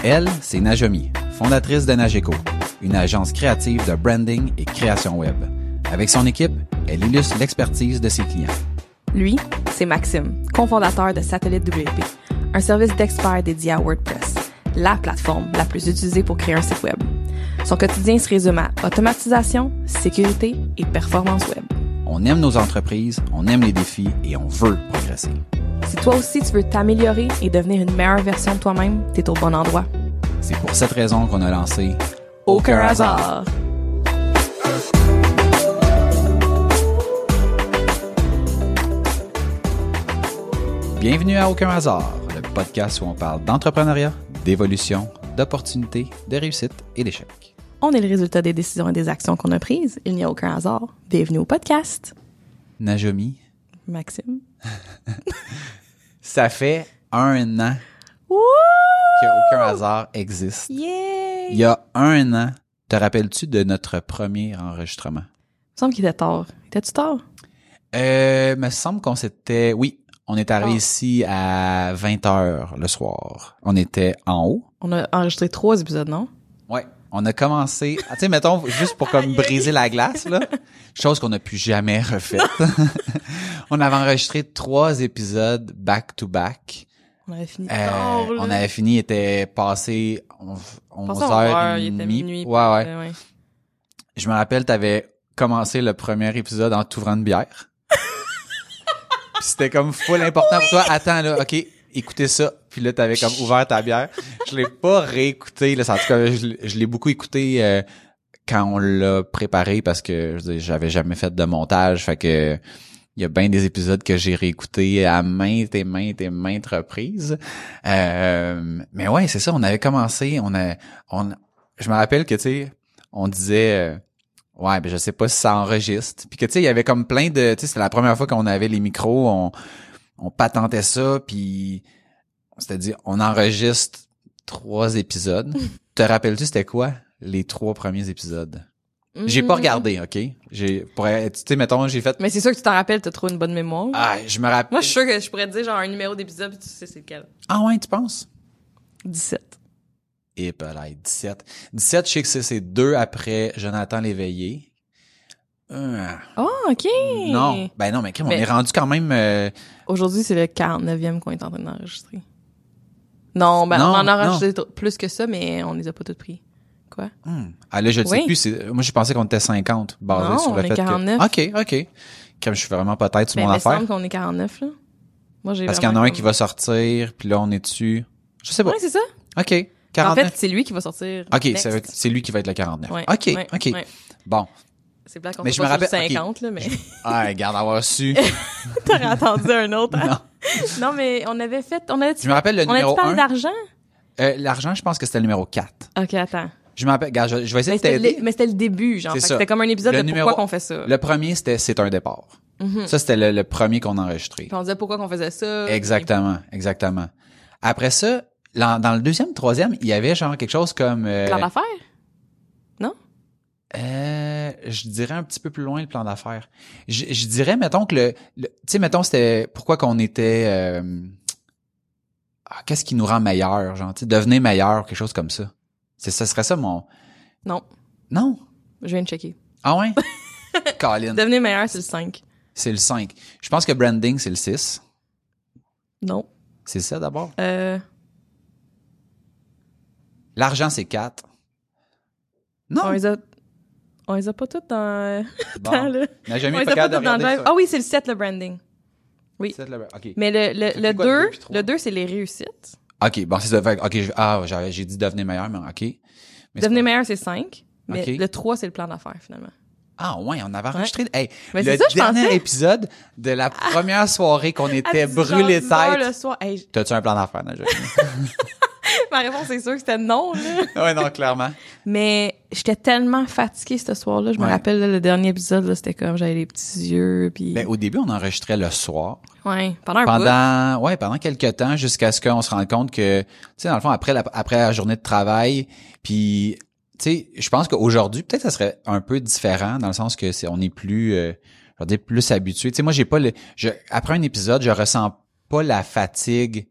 Elle, c'est Najomi, fondatrice de Nageco, une agence créative de branding et création web. Avec son équipe, elle illustre l'expertise de ses clients. Lui, c'est Maxime, cofondateur de Satellite WP, un service d'experts dédié à WordPress, la plateforme la plus utilisée pour créer un site web. Son quotidien se résume à automatisation, sécurité et performance web. On aime nos entreprises, on aime les défis et on veut progresser. Si toi aussi tu veux t'améliorer et devenir une meilleure version de toi-même, t'es au bon endroit. C'est pour cette raison qu'on a lancé Aucun hasard. Bienvenue à Aucun hasard, le podcast où on parle d'entrepreneuriat, d'évolution, d'opportunités, de réussite et d'échecs. On est le résultat des décisions et des actions qu'on a prises. Il n'y a aucun hasard. Bienvenue au podcast. Najomi, Maxime. ça fait 1 an Wouh! qu'Aucun hasard existe. Yay! Il y a 1 an, te rappelles-tu de notre premier enregistrement? Il me semble qu'il était tard. Était-tu tard? Me semble qu'on s'était... Oui, on est arrivé Oh. ici à 20h le soir. On était en haut. On a enregistré 3 épisodes, non? Ouais. On a commencé... Tu sais, mettons, juste pour comme briser la glace, là. Chose qu'on n'a plus jamais refaite. On avait enregistré 3 épisodes back-to-back. On avait fini tard, là. On avait fini, il était passé Passé à 11h, il 11h30. était minuit. Ouais. Je me rappelle, t'avais commencé le premier épisode en t'ouvrant une bière. Puis c'était comme full important pour toi. Attends, là, OK, écoutez ça. Puis là, t'avais comme ouvert ta bière. Je l'ai pas réécouté, là. En tout cas, je l'ai beaucoup écouté quand on l'a préparé parce que je veux dire, j'avais jamais fait de montage. Fait que il y a bien des épisodes que j'ai réécoutés à maintes reprises. Mais ouais, c'est ça, on avait commencé, je me rappelle que, tu sais, on disait, ouais, ben je sais pas si ça enregistre. Puis que, tu sais, il y avait comme plein de, tu sais, c'était la première fois qu'on avait les micros, on patentait ça, puis on s'était dit, on enregistre 3 épisodes. Te rappelles-tu, c'était quoi les 3 premiers épisodes? J'ai pas regardé, OK? Tu sais, mettons, j'ai fait... Mais c'est sûr que tu t'en rappelles, t'as trop une bonne mémoire. Ah, je me rappelle... Moi, je suis sûr que je pourrais te dire genre un numéro d'épisode, puis tu sais c'est lequel. Ah ouais, tu penses? 17. Et là, 17. 17, je sais que c'est 2 après Jonathan Léveillé. Oh, OK! Non, ben non, mais crème, on est rendu quand même... Aujourd'hui, c'est le 49e qu'on est en train d'enregistrer. Non, ben Non, on en a enregistré non. plus que ça, mais on les a pas toutes pris. Quoi? Ah là, je ne sais Oui. plus. Moi, je pensais qu'on était 50, basé Non, sur le on est fait 49. que... OK. Comme je suis vraiment pas tête sur Ben, mon il me affaire. semble qu'on est 49, là. Moi, j'ai Parce qu'il y en a vraiment un qui va sortir, puis là, on est dessus. Je sais pas. Ouais, c'est ça. OK. 49. En fait, c'est lui qui va sortir. OK, next. c'est lui qui va être le 49. Ouais, OK. ouais. Bon. C'est plat qu'on Mais soit je me pas sur rappelle- 50, là, mais Ah, regarde, avoir su. t'aurais attendu un autre. Hein? Non. Non, mais on avait Je me rappelle le on numéro a-tu parlé 1. d'argent? L'argent, je pense que c'était le numéro 4. OK, attends. Je me rappelle, regarde, je vais essayer Mais de t'aider. c'était le début, genre. C'est Fait que ça. C'était comme un épisode Le de numéro- pourquoi qu'on fait ça. Le premier, c'était C'est un départ. Ça, c'était le premier qu'on a enregistré. Puis on disait pourquoi qu'on faisait ça. Exactement. Après ça, dans le deuxième, troisième, il y avait genre quelque chose comme... Plan d'affaires? Non? Je dirais un petit peu plus loin le plan d'affaires. Je dirais, mettons que tu sais, mettons, c'était pourquoi qu'on était... qu'est-ce qui nous rend meilleur, genre, tu sais, devenir meilleur, quelque chose comme ça. Ça serait ça mon... Non. Non? Je viens de checker. Ah ouais? Colin. Devenir meilleur, c'est le 5. C'est le 5. Je pense que branding, c'est le 6. Non. C'est ça d'abord? L'argent, c'est 4. Non. On les a pas toutes dans... Bon. dans le... On n'a jamais On eu les a pas pas capable de toutes dans le regarder drive. ça. Ah oui, c'est le 7, le branding. Oui. OK. Mais le C'est quoi, 2, deux puis trois? le 2, c'est les réussites. OK, bon, c'est ça. Fait que, OK, j'ai dit devenir meilleur, mais OK. Mais c'est Devenir pas- meilleur, c'est 5. Mais Ok. le 3, c'est le plan d'affaires, finalement. Ah ouais, on avait enregistré... Hey, Mais le c'est ça, je dernier pensais. épisode de la première soirée qu'on était À 10 brûlés heures, 10 heures tête. le soir. Hey, T'as-tu un plan d'affaires, Naja? ma réponse, c'est sûr que c'était non, là. Ouais, non, clairement. Mais j'étais tellement fatiguée ce soir-là. Je me Ouais. rappelle, là, le dernier épisode, là, c'était comme j'avais les petits yeux. Puis... Ben, au début, on enregistrait le soir. ouais, pendant un bout. Pendant quelques temps, jusqu'à ce qu'on se rende compte que, tu sais, dans le fond, après la journée de travail, puis, tu sais, je pense qu'aujourd'hui, peut-être ça serait un peu différent, dans le sens que on est plus, je veux dire, plus habitué. Tu sais, moi, j'ai pas après un épisode, je ressens pas la fatigue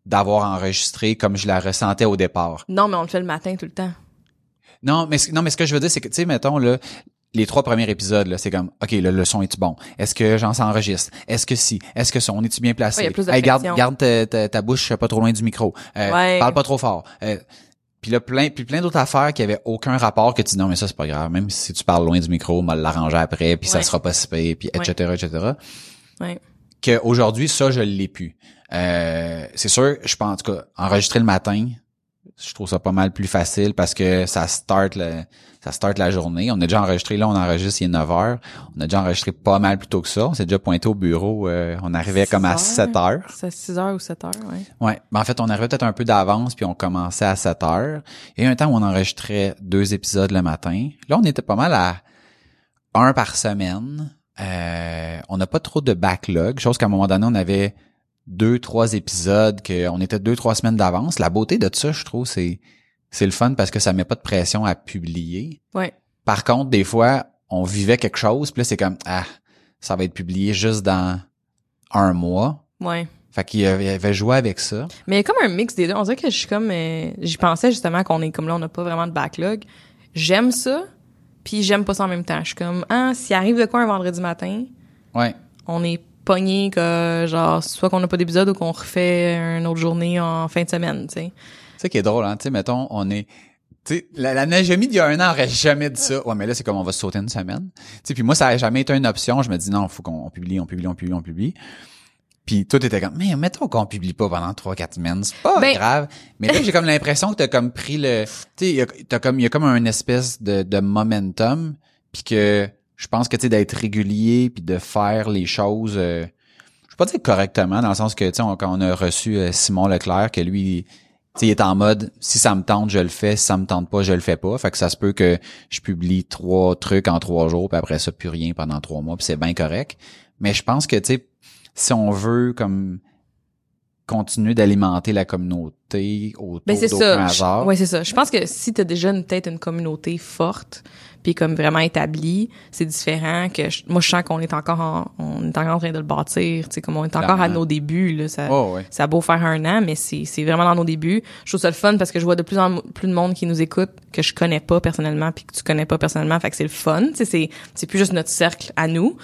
d'avoir enregistré comme je la ressentais au départ. Non, mais on le fait le matin tout le temps. Non, mais ce que je veux dire, c'est que, tu sais, mettons, là, les 3 premiers épisodes, là, c'est comme, OK, le son est-tu bon? Est-ce que j'en s'enregistre? Est-ce que si? Est-ce que ça? On est-tu bien placé? Ouais, y a plus de Hey, pression. garde ta bouche pas trop loin du micro. Ouais. Parle pas trop fort. Puis là, plein d'autres affaires qui avaient aucun rapport que tu dis, non, mais ça, c'est pas grave. Même si tu parles loin du micro, on va l'arranger après, puis ça sera pas si pire, puis etc. Ouais. Qu'aujourd'hui, ça, je l'ai plus. C'est sûr, je pense, en tout cas, enregistrer le matin, je trouve ça pas mal plus facile parce que ça start la journée. On a déjà enregistré, là, on enregistre, il est 9h. On a déjà enregistré pas mal plus tôt que ça. On s'est déjà pointé au bureau. On arrivait comme à 7h. C'est 6h ou 7h, ouais. Ouais. Ben, en fait, on arrivait peut-être un peu d'avance puis on commençait à 7h. Il y a un temps où on enregistrait 2 épisodes le matin. Là, on était pas mal à 1 par semaine. On n'a pas trop de backlog. Chose qu'à un moment donné, on avait 2-3 épisodes qu'on était 2-3 semaines d'avance. La beauté de ça, je trouve, c'est le fun parce que ça met pas de pression à publier. Ouais. Par contre, des fois, on vivait quelque chose, puis là, c'est comme, ça va être publié juste dans 1 mois. Ouais. Fait qu'il avait joué avec ça. Mais il y a comme un mix des deux. On dirait que je suis comme, j'y pensais justement qu'on est comme là, on n'a pas vraiment de backlog. J'aime ça, puis j'aime pas ça en même temps. Je suis comme, s'il arrive de quoi un vendredi matin, Ouais. on est pogné que genre soit qu'on n'a pas d'épisode ou qu'on refait une autre journée en fin de semaine, tu sais. C'est ça qui est drôle, hein. Tu sais, mettons, on est, tu sais, la Najami d'il y a 1 an aurait jamais dit ça. Ouais, mais là, c'est comme on va se sauter une semaine. Tu sais, puis moi, ça a jamais été une option. Je me dis, non, faut qu'on publie. Puis tout était comme, mais mettons qu'on publie pas pendant 3-4 semaines, c'est pas grave. Mais là, j'ai comme l'impression que t'as comme pris le, tu sais, il y a comme un espèce de momentum, puis que je pense que, tu sais, d'être régulier puis de faire les choses, je vais pas dire correctement, dans le sens que, tu sais, quand on a reçu Simon Leclerc, que lui, tu sais, il est en mode, si ça me tente, je le fais, si ça me tente pas, je le fais pas. Fait que ça se peut que je publie 3 trucs en 3 jours, puis après ça, plus rien pendant 3 mois, puis c'est bien correct. Mais je pense que, tu sais, si on veut comme continuer d'alimenter la communauté autour d'aucun hasard. Ouais, c'est ça. Je pense que si t'as déjà peut-être une communauté forte puis comme vraiment établie, c'est différent que moi je sens qu'on est encore en train de le bâtir, tu sais, comme on est encore à nos débuts là, ça a beau faire 1 an mais c'est vraiment dans nos débuts. Je trouve ça le fun parce que je vois de plus en plus de monde qui nous écoute que je connais pas personnellement puis que tu connais pas personnellement, fait que c'est le fun, tu sais, c'est plus juste notre cercle à nous.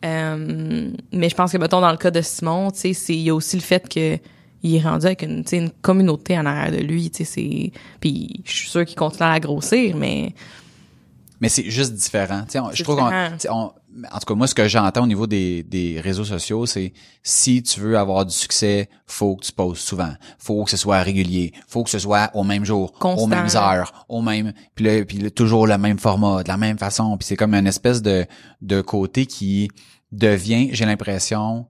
Mais je pense que mettons dans le cas de Simon, tu sais, il y a aussi le fait que il est rendu avec une communauté en arrière de lui, tu sais, puis je suis sûre qu'il continue à la grossir, mais c'est juste différent. Tu sais, je trouve en tout cas moi ce que j'entends au niveau des réseaux sociaux, c'est si tu veux avoir du succès, faut que tu postes souvent, faut que ce soit régulier, faut que ce soit au même jour, constant, aux mêmes heures, puis là, toujours le même format, de la même façon, puis c'est comme une espèce de côté qui devient, j'ai l'impression,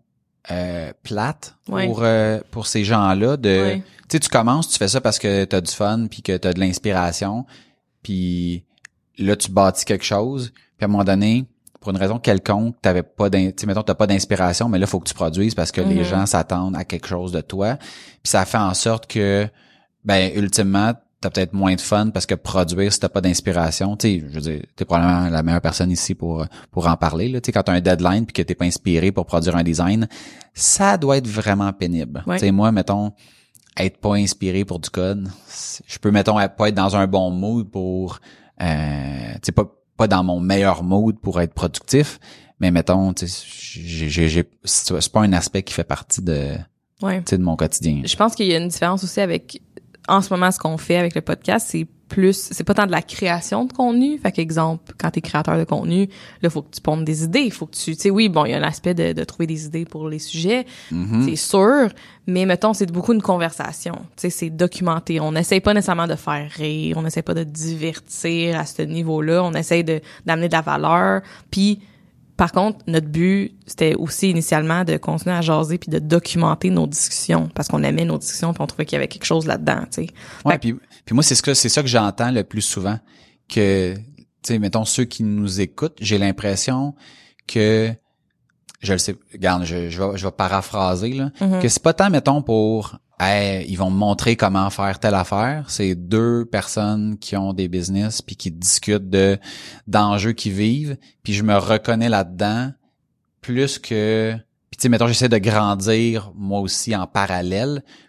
plate pour ces gens-là tu sais, tu commences, tu fais ça parce que t'as du fun puis que t'as de l'inspiration, puis là tu bâtis quelque chose, puis à un moment donné, pour une raison quelconque, t'avais pas mettons t'as pas d'inspiration, mais là faut que tu produises parce que les gens s'attendent à quelque chose de toi, puis ça fait en sorte que ultimement t'as peut-être moins de fun parce que produire si t'as pas d'inspiration, tu sais, je veux dire, t'es probablement la meilleure personne ici pour en parler là, tu sais, quand t'as un deadline puis que t'es pas inspiré pour produire un design, ça doit être vraiment pénible. Tu sais, moi mettons être pas inspiré pour du code, je peux mettons pas être dans un bon mood pour tu sais, pas dans mon meilleur mood pour être productif, mais mettons, tu sais, c'est pas un aspect qui fait partie de tu sais, de mon quotidien. Je pense qu'il y a une différence aussi avec en ce moment ce qu'on fait avec le podcast, c'est pas tant de la création de contenu. Fait qu'exemple, quand t'es créateur de contenu, là, faut que tu pondes des idées. Faut que tu sais, oui, bon, il y a un aspect de trouver des idées pour les sujets. C'est sûr. Mais mettons, c'est beaucoup une conversation. Tu sais, c'est documenté. On n'essaye pas nécessairement de faire rire. On n'essaie pas de divertir à ce niveau-là. On essaye d'amener de la valeur. Puis, par contre, notre but, c'était aussi initialement de continuer à jaser puis de documenter nos discussions parce qu'on aimait nos discussions puis on trouvait qu'il y avait quelque chose là-dedans, tu sais. Ouais, puis moi c'est ça que j'entends le plus souvent, que tu sais, mettons ceux qui nous écoutent, j'ai l'impression que je le sais, regarde, je vais paraphraser là, que c'est pas tant mettons pour ils vont me montrer comment faire telle affaire, c'est 2 personnes qui ont des business puis qui discutent d'enjeux qu'ils vivent, puis je me reconnais là-dedans plus que puis tu sais mettons j'essaie de grandir moi aussi en parallèle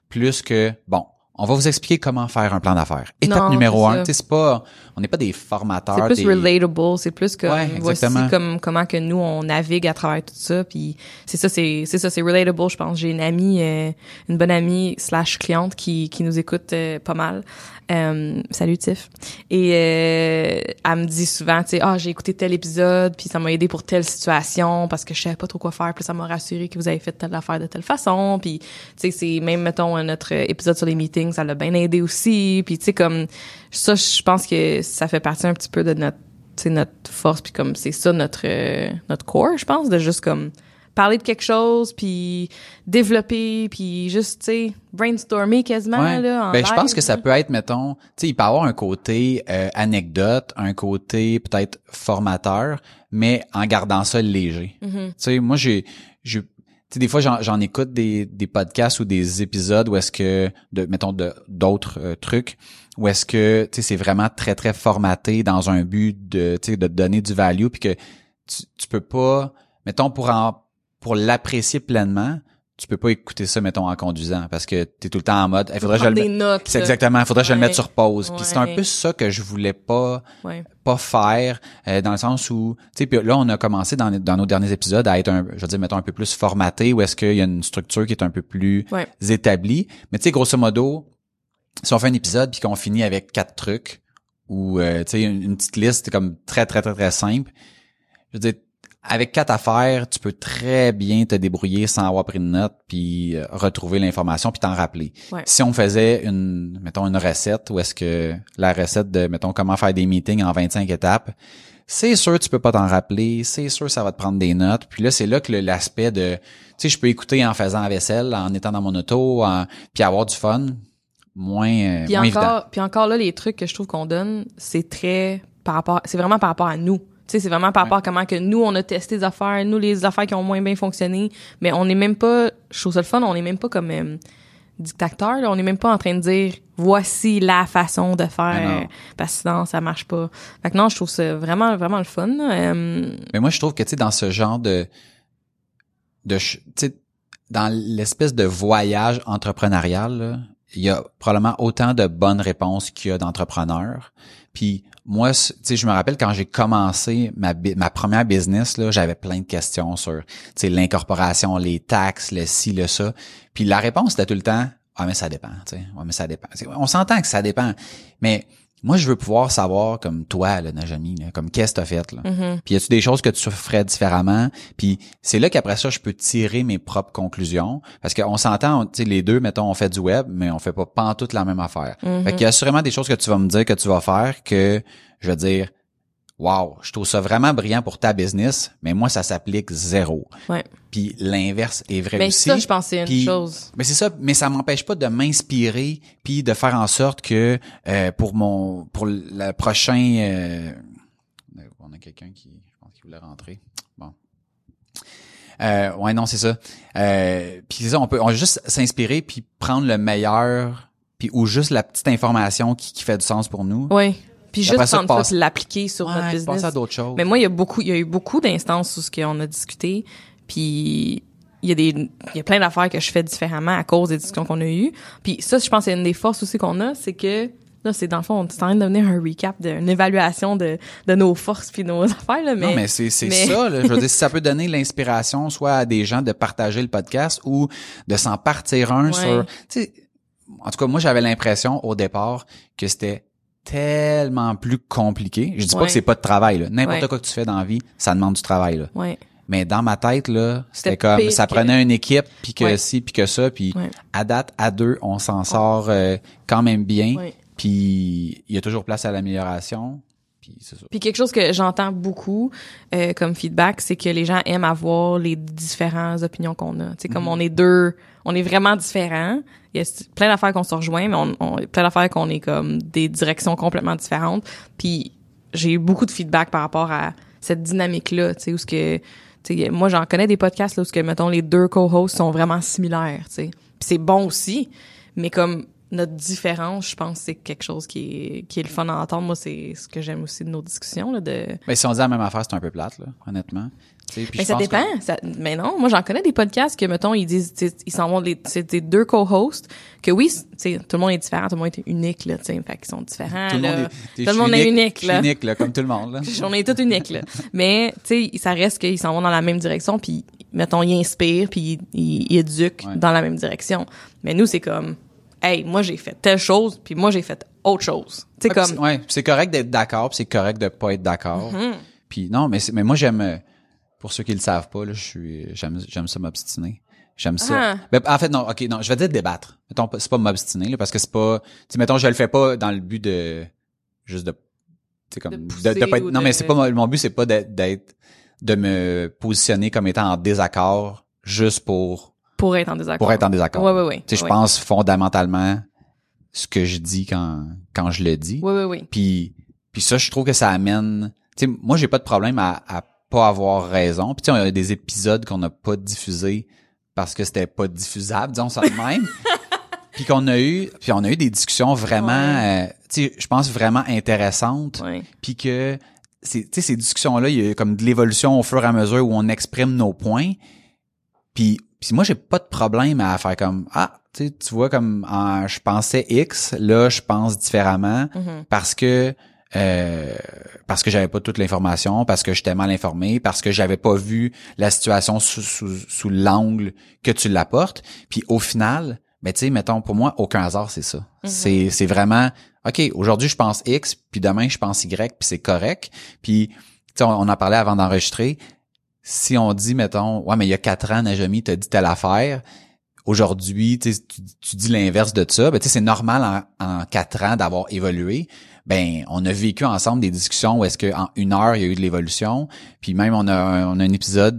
plus que, bon, on va vous expliquer comment faire un plan d'affaires. Étape numéro 1, tu sais, c'est pas, on n'est pas des formateurs. C'est plus relatable, c'est plus comme, voici comment que nous, on navigue à travers tout ça, puis c'est relatable, je pense. J'ai une amie, une bonne amie / cliente qui nous écoute pas mal. Salut Tiff. Et elle me dit souvent, tu sais, j'ai écouté tel épisode, puis ça m'a aidé pour telle situation, parce que je savais pas trop quoi faire, puis ça m'a rassuré que vous avez fait telle affaire de telle façon, puis tu sais, c'est même, mettons, notre épisode sur les meetings, ça l'a bien aidé aussi, puis tu sais, comme ça, je pense que ça fait partie un petit peu de notre force, puis comme c'est ça notre core, je pense, de juste comme parler de quelque chose, puis développer, puis juste, tu sais, brainstormer quasiment, là, en live, je pense que ça peut être, mettons, tu sais, il peut avoir un côté anecdote, un côté peut-être formateur, mais en gardant ça léger. Tu sais, moi, tu sais, des fois, j'en écoute des podcasts ou des épisodes où est-ce que, mettons, d'autres trucs, où est-ce que, tu sais, c'est vraiment très, très formaté dans un but de, tu sais, de donner du value, puis que tu peux pas, mettons, pour l'apprécier pleinement, tu peux pas écouter ça, mettons, en conduisant, parce que t'es tout le temps en mode, faudrait que je le mette. C'est exactement, faudrait que je le mette sur pause. Puis c'est un peu ça que je voulais pas faire, dans le sens où, tu sais, puis là, on a commencé dans nos derniers épisodes à être je veux dire, mettons, un peu plus formaté, où est-ce qu'il y a une structure qui est un peu plus établie. Mais tu sais, grosso modo, si on fait un épisode puis qu'on finit avec 4 trucs, ou, tu sais, une petite liste comme très, très, très, très simple, je veux dire, avec 4 affaires, tu peux très bien te débrouiller sans avoir pris de notes, puis retrouver l'information, puis t'en rappeler. Si on faisait mettons, une recette, où est-ce que la recette de, mettons, comment faire des meetings en 25 étapes, c'est sûr tu peux pas t'en rappeler, c'est sûr ça va te prendre des notes. Puis là, c'est là que l'aspect de, tu sais, je peux écouter en faisant la vaisselle, en étant dans mon auto, puis avoir du fun, moins évident. Puis encore là, les trucs que je trouve qu'on donne, c'est vraiment par rapport à nous. Tu sais, c'est vraiment par rapport à comment que nous, on a testé des affaires, nous, les affaires qui ont moins bien fonctionné, mais on n'est même pas, je trouve ça le fun, on n'est même pas comme dictateur, là, on n'est même pas en train de dire, voici la façon de faire, parce que sinon, ça marche pas. Fait que non, je trouve ça vraiment, vraiment le fun. Mais moi, je trouve que, tu sais, dans ce genre tu sais, dans l'espèce de voyage entrepreneurial, là, il y a probablement autant de bonnes réponses qu'il y a d'entrepreneurs. Puis moi, tu sais, je me rappelle quand j'ai commencé ma première business, là, j'avais plein de questions sur, tu sais, l'incorporation, les taxes, le ci, le ça. Puis la réponse était tout le temps, mais ça dépend, tu sais. Mais ça dépend. On s'entend que ça dépend. Mais moi, je veux pouvoir savoir, comme toi, là, Najami, là, comme qu'est-ce que t'as fait, là. Puis y a-tu des choses que tu ferais différemment? Puis c'est là qu'après ça, je peux tirer mes propres conclusions. Parce qu'on s'entend, tu sais, les deux, mettons, on fait du web, mais on fait pas pantoute la même affaire. Fait qu'il y a assurément des choses que tu vas me dire que tu vas faire que je vais dire, wow, je trouve ça vraiment brillant pour ta business, mais moi, ça s'applique zéro. Puis l'inverse est vrai aussi. Mais ça, je pense que c'est une chose. Mais c'est ça, mais ça m'empêche pas de m'inspirer puis de faire en sorte que pour le prochain on a quelqu'un qui je pense qu'il voulait rentrer. Bon. Non, c'est ça. Puis c'est ça, on va juste s'inspirer puis prendre le meilleur puis ou juste la petite information qui fait du sens pour nous. Oui. Puis juste prendre ça, l'appliquer sur notre business. Passer à d'autres choses. Mais moi, il y a eu beaucoup d'instances où ce qu'on a discuté, puis il y a plein d'affaires que je fais différemment à cause des discussions qu'on a eues. Puis ça, je pense que c'est une des forces aussi qu'on a, c'est que là, c'est dans le fond, c'est en train de devenir un recap d'une évaluation de nos forces puis nos affaires là, mais non, mais c'est ça là, je veux dire, si ça peut donner l'inspiration soit à des gens de partager le podcast ou de s'en partir sur, tu sais, en tout cas, moi j'avais l'impression au départ que c'était tellement plus compliqué. Je dis pas que c'est pas de travail, là. N'importe quoi que tu fais dans la vie, ça demande du travail, là. Mais dans ma tête, là, c'était comme, ça prenait une équipe, puis que ci, puis que ça, puis à date, à deux, on s'en sort quand même bien. Puis il y a toujours place à l'amélioration. Puis c'est ça. Puis quelque chose que j'entends beaucoup comme feedback, c'est que les gens aiment avoir les différentes opinions qu'on a. Tu sais, comme on est vraiment différents. Il y a plein d'affaires qu'on se rejoint, mais on plein d'affaires qu'on est comme des directions complètement différentes. Puis j'ai eu beaucoup de feedback par rapport à cette dynamique-là, tu sais, où ce que, tu sais, moi j'en connais des podcasts là où ce que mettons les deux co-hosts sont vraiment similaires, tu sais. Puis c'est bon aussi, mais comme notre différence, je pense que c'est quelque chose qui est le fun à entendre. Moi, c'est ce que j'aime aussi de nos discussions, là, de... Ben, si on dit la même affaire, c'est un peu plate, là, honnêtement. Puis Mais ça dépend. Mais non, moi, j'en connais des podcasts que, mettons, ils disent, ils s'en vont, c'est des deux co-hosts, que oui, tout le monde est différent, tout le monde est unique, là, tu sais, fait qu'ils sont différents, tout le monde est unique, là. Unique, là, comme tout le monde, là. On est tous uniques, là. Mais, tu sais, ça reste qu'ils s'en vont dans la même direction, puis, mettons, ils inspirent, puis ils éduquent dans la même direction. Mais nous, c'est comme, hey, moi, j'ai fait telle chose, puis moi, j'ai fait autre chose. Tu sais, comme... Ouais, c'est correct d'être d'accord, puis c'est correct de pas être d'accord. Puis non, mais moi, j'aime... Pour ceux qui le savent pas, là, j'aime ça m'obstiner. J'aime ça. Ben, en fait, non, non, je vais dire débattre. Mettons, c'est pas m'obstiner, là, parce que c'est pas, tu sais, mettons, je le fais pas dans le but de, juste de, tu sais, comme, de pas être, non, mais c'est pas, mon but, c'est pas de me positionner comme étant en désaccord, juste pour être en désaccord. Ouais. Tu sais, je pense fondamentalement ce que je dis quand je le dis. Oui. Puis ça, je trouve que ça amène, tu sais, moi, j'ai pas de problème à pas avoir raison. Puis tu sais, on a des épisodes qu'on n'a pas diffusés parce que c'était pas diffusable, disons ça de même. Puis on a eu des discussions vraiment tu sais, je pense vraiment intéressantes. Puis que tu sais, ces discussions-là, il y a comme de l'évolution au fur et à mesure où on exprime nos points. Puis moi, j'ai pas de problème à faire comme tu vois, comme je pensais X, là je pense différemment parce que j'avais pas toute l'information, parce que j'étais mal informé, parce que j'avais pas vu la situation sous l'angle que tu l'apportes. Puis au final, ben tu sais, mettons, pour moi, aucun hasard, c'est ça. C'est vraiment, OK, aujourd'hui, je pense X, puis demain, je pense Y, puis c'est correct. Puis, tu sais, on en parlait avant d'enregistrer. Si on dit, mettons, ouais, mais il y a 4 ans, Najami t'a dit telle affaire. Aujourd'hui, tu dis l'inverse de ça. Ben tu sais, c'est normal en 4 ans d'avoir évolué. Ben, on a vécu ensemble des discussions où est-ce que en 1 heure, il y a eu de l'évolution. Puis même, on a un épisode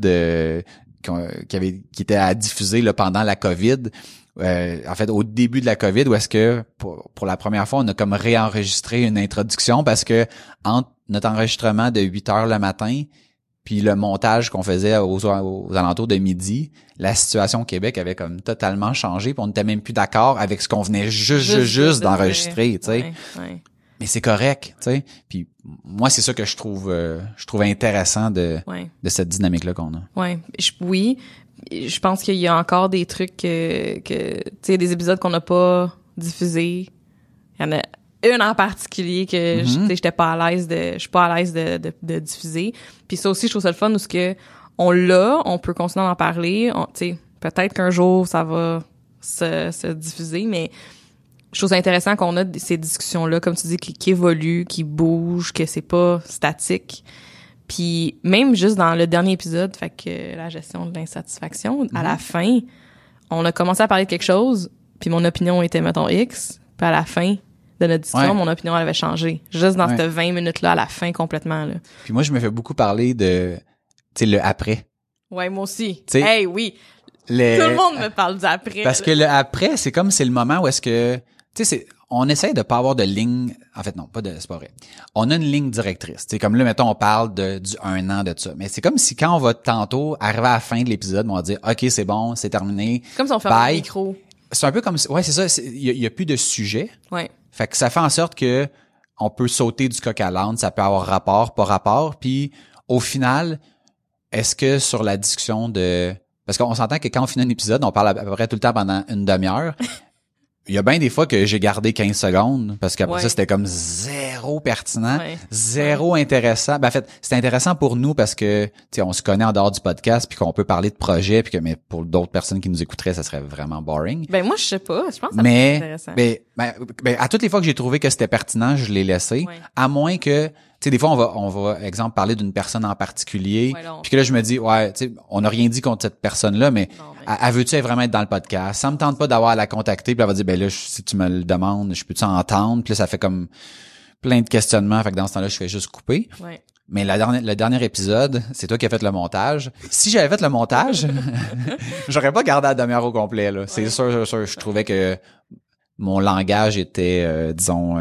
qui était à diffuser là, pendant la COVID. En fait, au début de la COVID, où est-ce que pour la première fois, on a comme réenregistré une introduction parce que entre notre enregistrement de 8 heures le matin puis le montage qu'on faisait aux alentours de midi, la situation au Québec avait comme totalement changé, puis on n'était même plus d'accord avec ce qu'on venait juste d'enregistrer, tu sais. Ouais. Mais c'est correct, tu sais. Puis moi, c'est ça que je trouve intéressant de cette dynamique-là qu'on a. Ouais, oui. Je pense qu'il y a encore des trucs que tu sais, des épisodes qu'on n'a pas diffusés. Il y en a une en particulier que je suis pas à l'aise de diffuser. Puis ça aussi, je trouve ça le fun parce que on peut continuer d'en parler. Tu sais, peut-être qu'un jour ça va se diffuser, mais je trouve ça intéressant qu'on a ces discussions-là, comme tu dis, qui évoluent, qui bougent, que c'est pas statique. Puis même juste dans le dernier épisode, fait que la gestion de l'insatisfaction, à la fin, on a commencé à parler de quelque chose, puis mon opinion était, mettons, X, puis à la fin de notre discussion, mon opinion, elle avait changé. Juste dans cette 20 minutes-là, à la fin, complètement, là. Puis moi, je me fais beaucoup parler de, tu sais, le après. Ouais, moi aussi. T'sais, hey, oui. Tout le monde me parle du après. Parce que le après, c'est le moment où est-ce que, tu sais, on essaie de pas avoir de ligne, en fait, non, c'est pas vrai. On a une ligne directrice. Tu sais, comme là, mettons, on parle du 1 an de ça. Mais c'est comme si quand on va tantôt arriver à la fin de l'épisode, on va dire, OK, c'est bon, c'est terminé. Comme si on ferme le micro. C'est un peu comme, ouais, c'est ça. Il y a plus de sujet. Ouais. Fait que ça fait en sorte que on peut sauter du coq à l'âne, ça peut avoir rapport, pas rapport. Puis, au final, est-ce que sur la discussion parce qu'on s'entend que quand on finit un épisode, on parle à peu près tout le temps pendant une demi-heure. Il y a bien des fois que j'ai gardé 15 secondes parce qu'après ça, c'était comme zéro pertinent, zéro intéressant. Ben, en fait, c'était intéressant pour nous parce que, tu sais, on se connaît en dehors du podcast puis qu'on peut parler de projets puis mais pour d'autres personnes qui nous écouteraient, ça serait vraiment boring. Ben, moi, je sais pas. Je pense que ça serait intéressant. Ben, à toutes les fois que j'ai trouvé que c'était pertinent, je l'ai laissé. Ouais. À moins que, tu sais, des fois, on va, exemple, parler d'une personne en particulier. Puis que là, je me dis, ouais, tu sais, on n'a rien dit contre cette personne-là, mais elle veut-tu vraiment être dans le podcast? Ça me tente pas d'avoir à la contacter. Puis elle va dire, ben là, si tu me le demandes, je peux-tu entendre? Puis là, ça fait comme plein de questionnements. Fait que dans ce temps-là, je fais juste couper. Ouais. Mais le dernier épisode, c'est toi qui as fait le montage. Si j'avais fait le montage, j'aurais pas gardé la demi-heure au complet, là. Ouais. C'est sûr. Je trouvais que mon langage était, disons,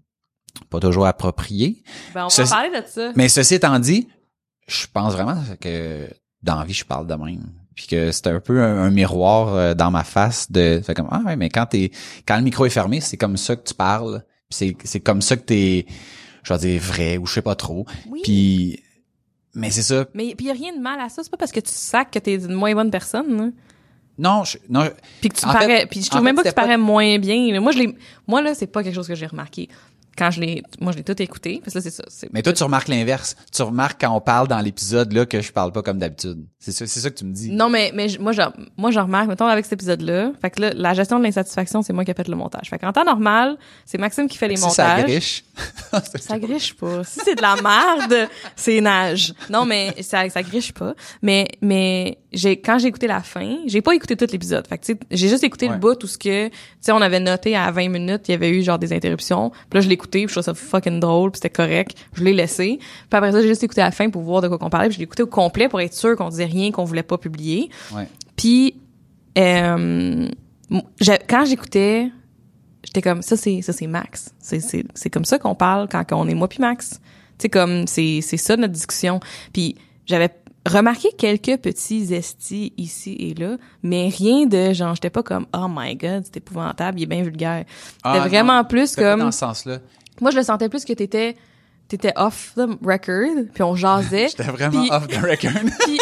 pas toujours approprié. Ben, on va parler de ça. Mais ceci étant dit, je pense vraiment que dans la vie, je parle de même. puis que c'était un peu un miroir dans ma face de fait comme ouais, mais quand le micro est fermé, c'est comme ça que tu parles, puis c'est comme ça que t'es, je vais dire vrai ou je sais pas trop. Oui. Puis mais c'est ça. Mais puis y a rien de mal à ça, c'est pas parce que tu sacs que t'es une moins bonne personne, là. Non, Puis que tu en parais, fait- puis je en trouve fait, même pas que c'était tu parais moins bien, là. Moi là, c'est pas quelque chose que j'ai remarqué. Quand je l'ai tout écouté, parce que là c'est ça. Mais toi, tu remarques l'inverse. Tu remarques quand on parle dans l'épisode là que je parle pas comme d'habitude. C'est ça que tu me dis. Non, mais moi, je remarque, mettons, avec cet épisode-là, fait que là, la gestion de l'insatisfaction, c'est moi qui ai fait le montage. Fait qu'en temps normal, c'est Maxime qui fait les Si montages. ça griche. Ça griche pas. Si c'est de la merde, c'est nage. Non, mais ça griche pas. Mais quand j'ai écouté la fin, j'ai pas écouté tout l'épisode. Fait que, tu sais, j'ai juste écouté le bout où ce que, tu sais, on avait noté à 20 minutes, il y avait eu genre des interruptions. Puis là, je l'ai écouté, puis je trouvais ça fucking drôle, puis c'était correct. Je l'ai laissé. Puis après ça, j'ai juste écouté la fin pour voir de quoi qu'on parlait, puis je l'ai écouté au complet pour être sûr qu'on disait rien qu'on voulait pas publier. Ouais. Puis quand j'écoutais, j'étais comme ça c'est Max. C'est comme ça qu'on parle quand on est moi puis Max. Tu sais comme c'est ça notre discussion. Puis j'avais remarqué quelques petits estis ici et là, mais rien de genre j'étais pas comme oh my god, c'est épouvantable, il est bien vulgaire. C'était vraiment plus comme dans ce sens-là. Moi je le sentais plus que t'étais off the record, puis on jasait. J'étais vraiment off the record. Puis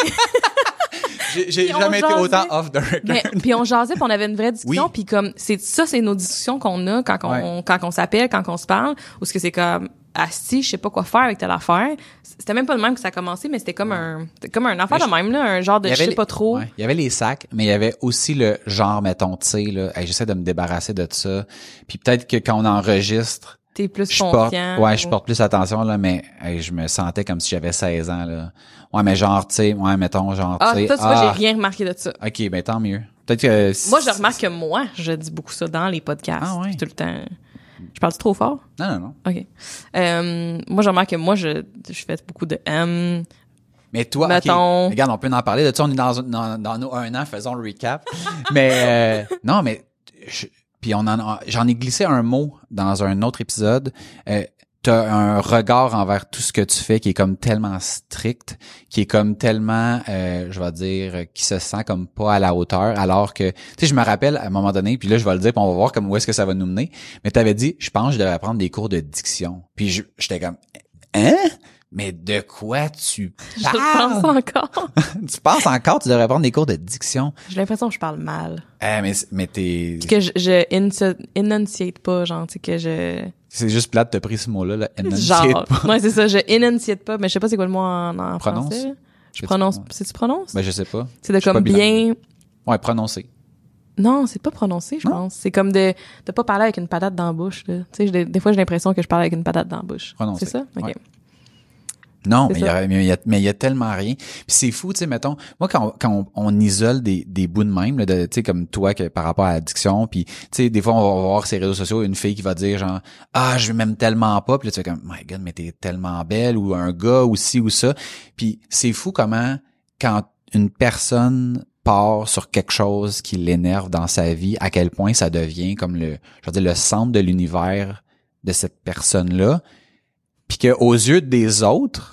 J'ai jamais été autant off the record. Puis on jasait, puis on avait une vraie discussion, puis comme c'est nos discussions qu'on a quand on s'appelle, quand on se parle, ou ce que c'est comme asti, je sais pas quoi faire avec telle affaire. C'était même pas le même que ça a commencé, mais c'était comme un affaire de même là, un genre de je sais pas trop. Il y avait les sacs, mais il y avait aussi le genre mettons, tu sais là, hey, j'essaie de me débarrasser de ça. Puis peut-être que quand on enregistre t'es plus conscient. Je porte plus attention, là, mais hey, je me sentais comme si j'avais 16 ans, là. Ouais, mais genre, tu sais, mettons, genre, tu sais. Toi, tu vois, j'ai rien remarqué de ça. OK, ben tant mieux. Peut-être que... Moi, je remarque que je dis beaucoup ça dans les podcasts. Ah ouais? Tout le temps. Je parle trop fort? Non. OK. Moi, je remarque que moi, je fais beaucoup de Mais toi, mettons... OK, regarde, on peut en parler. De ça, on est dans nos 1 an, faisons le recap. Mais non, mais... Puis j'en ai glissé un mot dans un autre épisode. T'as un regard envers tout ce que tu fais qui est comme tellement strict, qui est comme tellement, je vais dire, qui se sent comme pas à la hauteur, alors que, tu sais, je me rappelle à un moment donné, puis là, je vais le dire, puis on va voir comme où est-ce que ça va nous mener, mais t'avais dit, je pense que je devais prendre des cours de diction. Puis j'étais comme, hein? Mais de quoi tu parles? Je pense encore. Tu penses encore tu devrais prendre des cours de diction? J'ai l'impression que je parle mal. Mais t'es... Que je enunciate pas, genre, tu sais, que je... C'est juste plate, t'as pris ce mot-là, là, genre, ouais, c'est ça, je enunciate pas, mais je sais pas c'est quoi le mot en Prononce. français. Je prononce, c'est-tu prononce? Ben, je sais pas. C'est de comme bien... Ouais, prononcer. Non, c'est pas prononcer, je pense. C'est comme de pas parler avec une patate dans la bouche, là. Tu sais, des fois, j'ai l'impression que je parle avec une patate dans la bouche. Prononcer. C'est ça? OK. Ouais. Non, mais il y a tellement rien. Puis c'est fou, tu sais, mettons, moi quand on isole des bouts de même, là, tu sais, comme toi par rapport à l'addiction, puis tu sais, des fois on va voir sur les réseaux sociaux une fille qui va dire genre je m'aime tellement pas, puis là tu fais comme my God, mais t'es tellement belle, ou un gars ou ci ou ça. Puis c'est fou comment quand une personne part sur quelque chose qui l'énerve dans sa vie, à quel point ça devient comme le centre de l'univers de cette personne-là. Puis que aux yeux des autres,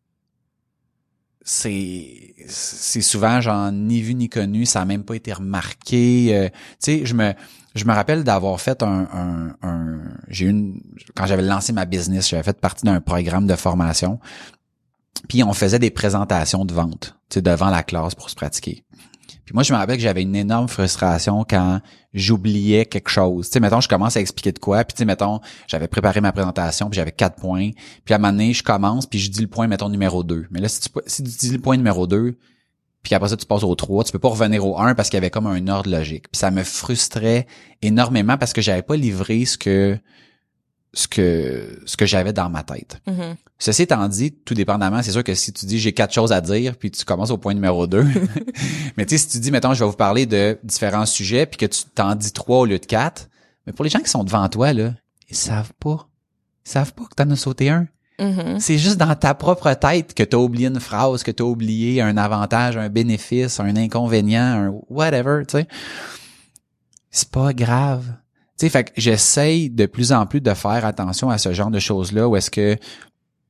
c'est souvent genre ni vu ni connu, ça a même pas été remarqué. Tu sais, je me rappelle d'avoir fait quand j'avais lancé ma business, j'avais fait partie d'un programme de formation. Puis on faisait des présentations de vente, tu sais, devant la classe pour se pratiquer. Puis moi, je me rappelle que j'avais une énorme frustration quand j'oubliais quelque chose. Tu sais, mettons, je commence à expliquer de quoi, puis tu sais, mettons, j'avais préparé ma présentation, puis j'avais 4 points. Puis à un moment donné, je commence, puis je dis le point, mettons, numéro 2. Mais là, si tu dis le point numéro 2, puis après ça, tu passes au 3, tu peux pas revenir au 1 parce qu'il y avait comme un ordre logique. Puis ça me frustrait énormément parce que j'avais pas livré ce que j'avais dans ma tête. Mm-hmm. Ceci étant dit, tout dépendamment, c'est sûr que si tu dis j'ai 4 choses à dire, puis tu commences au point numéro 2, mais tu sais, si tu dis, mettons, je vais vous parler de différents sujets, puis que tu t'en dis 3 au lieu de 4, mais pour les gens qui sont devant toi, là, ils savent pas que t'en as sauté un. Mm-hmm. C'est juste dans ta propre tête que t'as oublié une phrase, que t'as oublié un avantage, un bénéfice, un inconvénient, un whatever, tu sais. C'est pas grave. Tu sais, fait que j'essaye de plus en plus de faire attention à ce genre de choses-là où est-ce que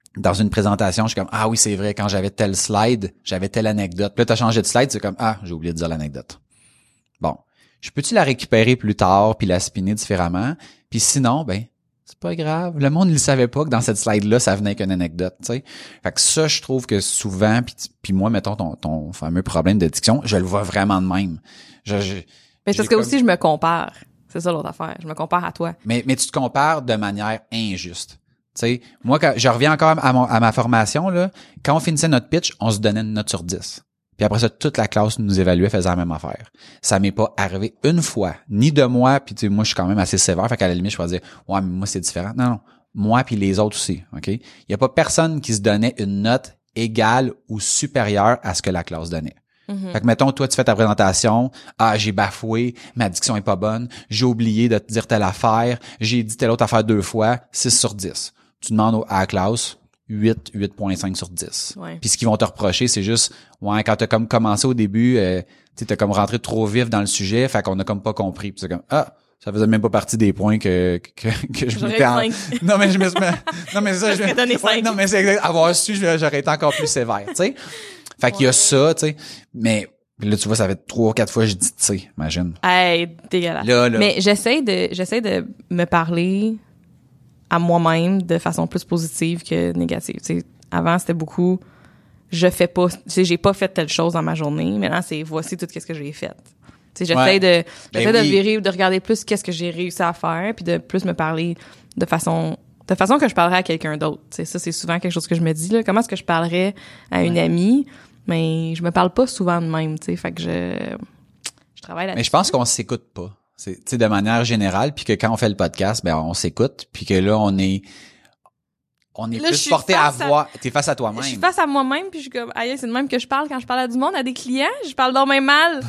dans une présentation, je suis comme, ah oui, c'est vrai, quand j'avais tel slide, j'avais telle anecdote. Puis là, t'as changé de slide, c'est comme, ah, j'ai oublié de dire l'anecdote. Bon. Je peux-tu la récupérer plus tard puis la spinner différemment? Puis sinon, ben, c'est pas grave. Le monde, il savait pas que dans cette slide-là, ça venait qu'une anecdote, tu sais. Fait que ça, je trouve que souvent, puis moi, mettons, ton fameux problème de diction, je le vois vraiment de même. Mais c'est parce que aussi, je me compare. C'est ça l'autre affaire. Je me compare à toi. Mais tu te compares de manière injuste. Tu sais, moi, quand je reviens encore à ma formation, là, quand on finissait notre pitch, on se donnait une note sur 10. Puis après ça, toute la classe nous évaluait, faisait la même affaire. Ça m'est pas arrivé une fois, ni de moi, puis tu sais, moi, je suis quand même assez sévère, fait qu'à la limite, je pourrais dire, ouais, mais moi, c'est différent. Non, moi puis les autres aussi, OK? Il y a pas personne qui se donnait une note égale ou supérieure à ce que la classe donnait. Fait que, mettons, toi, tu fais ta présentation, ah, j'ai bafoué, ma diction est pas bonne, j'ai oublié de te dire telle affaire, j'ai dit telle autre affaire 2 fois, 6 sur 10. Tu demandes à la classe 8.5 sur 10. Ouais. Puis ce qu'ils vont te reprocher, c'est juste, ouais, quand t'as comme commencé au début, tu t'as comme rentré trop vif dans le sujet, fait qu'on a comme pas compris. Puis c'est comme, ah, ça faisait même pas partie des points que je m'étais non mais je me non mais ça je donné 5. Non mais c'est exact, avoir su j'aurais été encore plus sévère, tu sais. Fait qu'il y a ça, tu sais. Mais là tu vois, ça fait 3 ou 4 fois que je dis tu sais, imagine. Hey, dégueulasse. Là. Mais j'essaie de me parler à moi-même de façon plus positive que négative. Tu sais, avant c'était beaucoup j'ai pas fait telle chose dans ma journée. Maintenant c'est voici tout ce que j'ai fait. Tu sais, j'essaie de virer, de regarder plus qu'est-ce que j'ai réussi à faire, puis de plus me parler de façon que je parlerais à quelqu'un d'autre. Tu sais, ça c'est souvent quelque chose que je me dis là. Comment est-ce que je parlerais à une amie? Mais je me parle pas souvent de même. Tu sais, fait que je travaille là-dessus. Mais je pense qu'on s'écoute pas. C'est, tu sais, de manière générale, puis que quand on fait le podcast, ben on s'écoute, puis que là on est là, plus porté à voir. T'es face à toi-même. Je suis face à moi-même, puis je suis comme, aïe, c'est de même que je parle quand je parle à du monde, à des clients. Je parle donc même mal.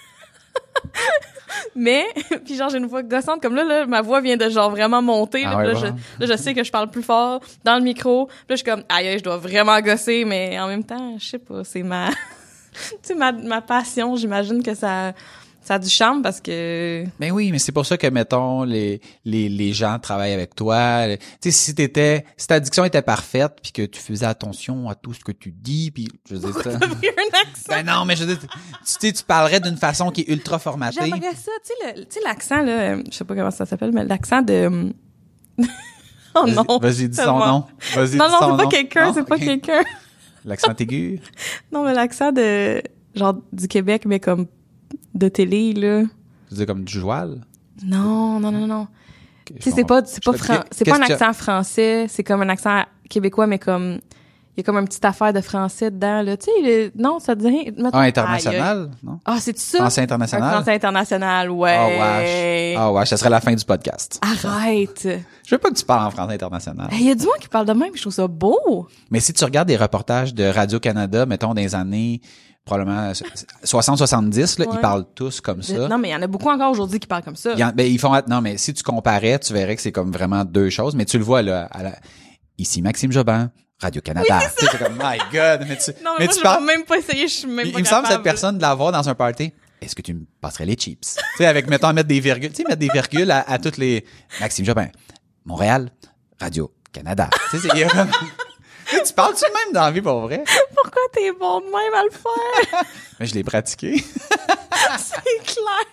Mais, puis genre, j'ai une voix gossante, comme là, ma voix vient de genre vraiment monter. Ah ouais, là, je sais que je parle plus fort dans le micro. Puis là, je suis comme, aïe, je dois vraiment gosser, mais en même temps, je sais pas, c'est tu sais, ma passion, j'imagine que ça a du charme parce que... Ben oui, mais c'est pour ça que, mettons, les gens travaillent avec toi. Tu sais, si ta diction était parfaite puis que tu faisais attention à tout ce que tu dis, puis je veux dire ça... un accent? Ben non, mais je veux dire, tu parlerais d'une façon qui est ultra formatée. J'aimerais ça, tu sais, l'accent, là, je sais pas comment ça s'appelle, mais l'accent de... Oh non! Vas-y, dis son nom. Vas-y, non, dis son c'est pas nom. quelqu'un, Non? c'est pas Okay. quelqu'un. L'accent aigu? Non, mais l'accent de... genre du Québec, mais comme de télé, là. Tu dis comme du joual? Non. Okay, Tu sais, c'est pas un accent français, c'est comme un accent québécois, mais comme il y a comme une petite affaire de français dedans, là. Tu sais, non, ça te dit... international, non? Ah, c'est ça? Français international? Un français international, ouais. Oh wesh, ça serait la fin du podcast. Arrête! Je veux pas que tu parles en français international. Il y a du monde qui parle de même, je trouve ça beau. Mais si tu regardes des reportages de Radio-Canada, mettons, des années... probablement 60-70, là, ouais. Ils parlent tous comme ça. Non, mais il y en a beaucoup encore aujourd'hui qui parlent comme ça. Non, mais si tu comparais, tu verrais que c'est comme vraiment deux choses. Mais tu le vois, là, ici Maxime Jobin, Radio-Canada. Oui, c'est comme, my God. Non, mais moi, je vais même pas essayer, je suis même pas Il me semble cette personne de l'avoir dans un party. Est-ce que tu me passerais les chips? Tu sais, avec, mettons, mettre des virgules à toutes les... Maxime Jobin, Montréal, Radio-Canada. Tu sais, tu parles-tu même dans la vie, pour vrai? Pourquoi t'es bon de même à le faire? Mais je l'ai pratiqué. C'est clair.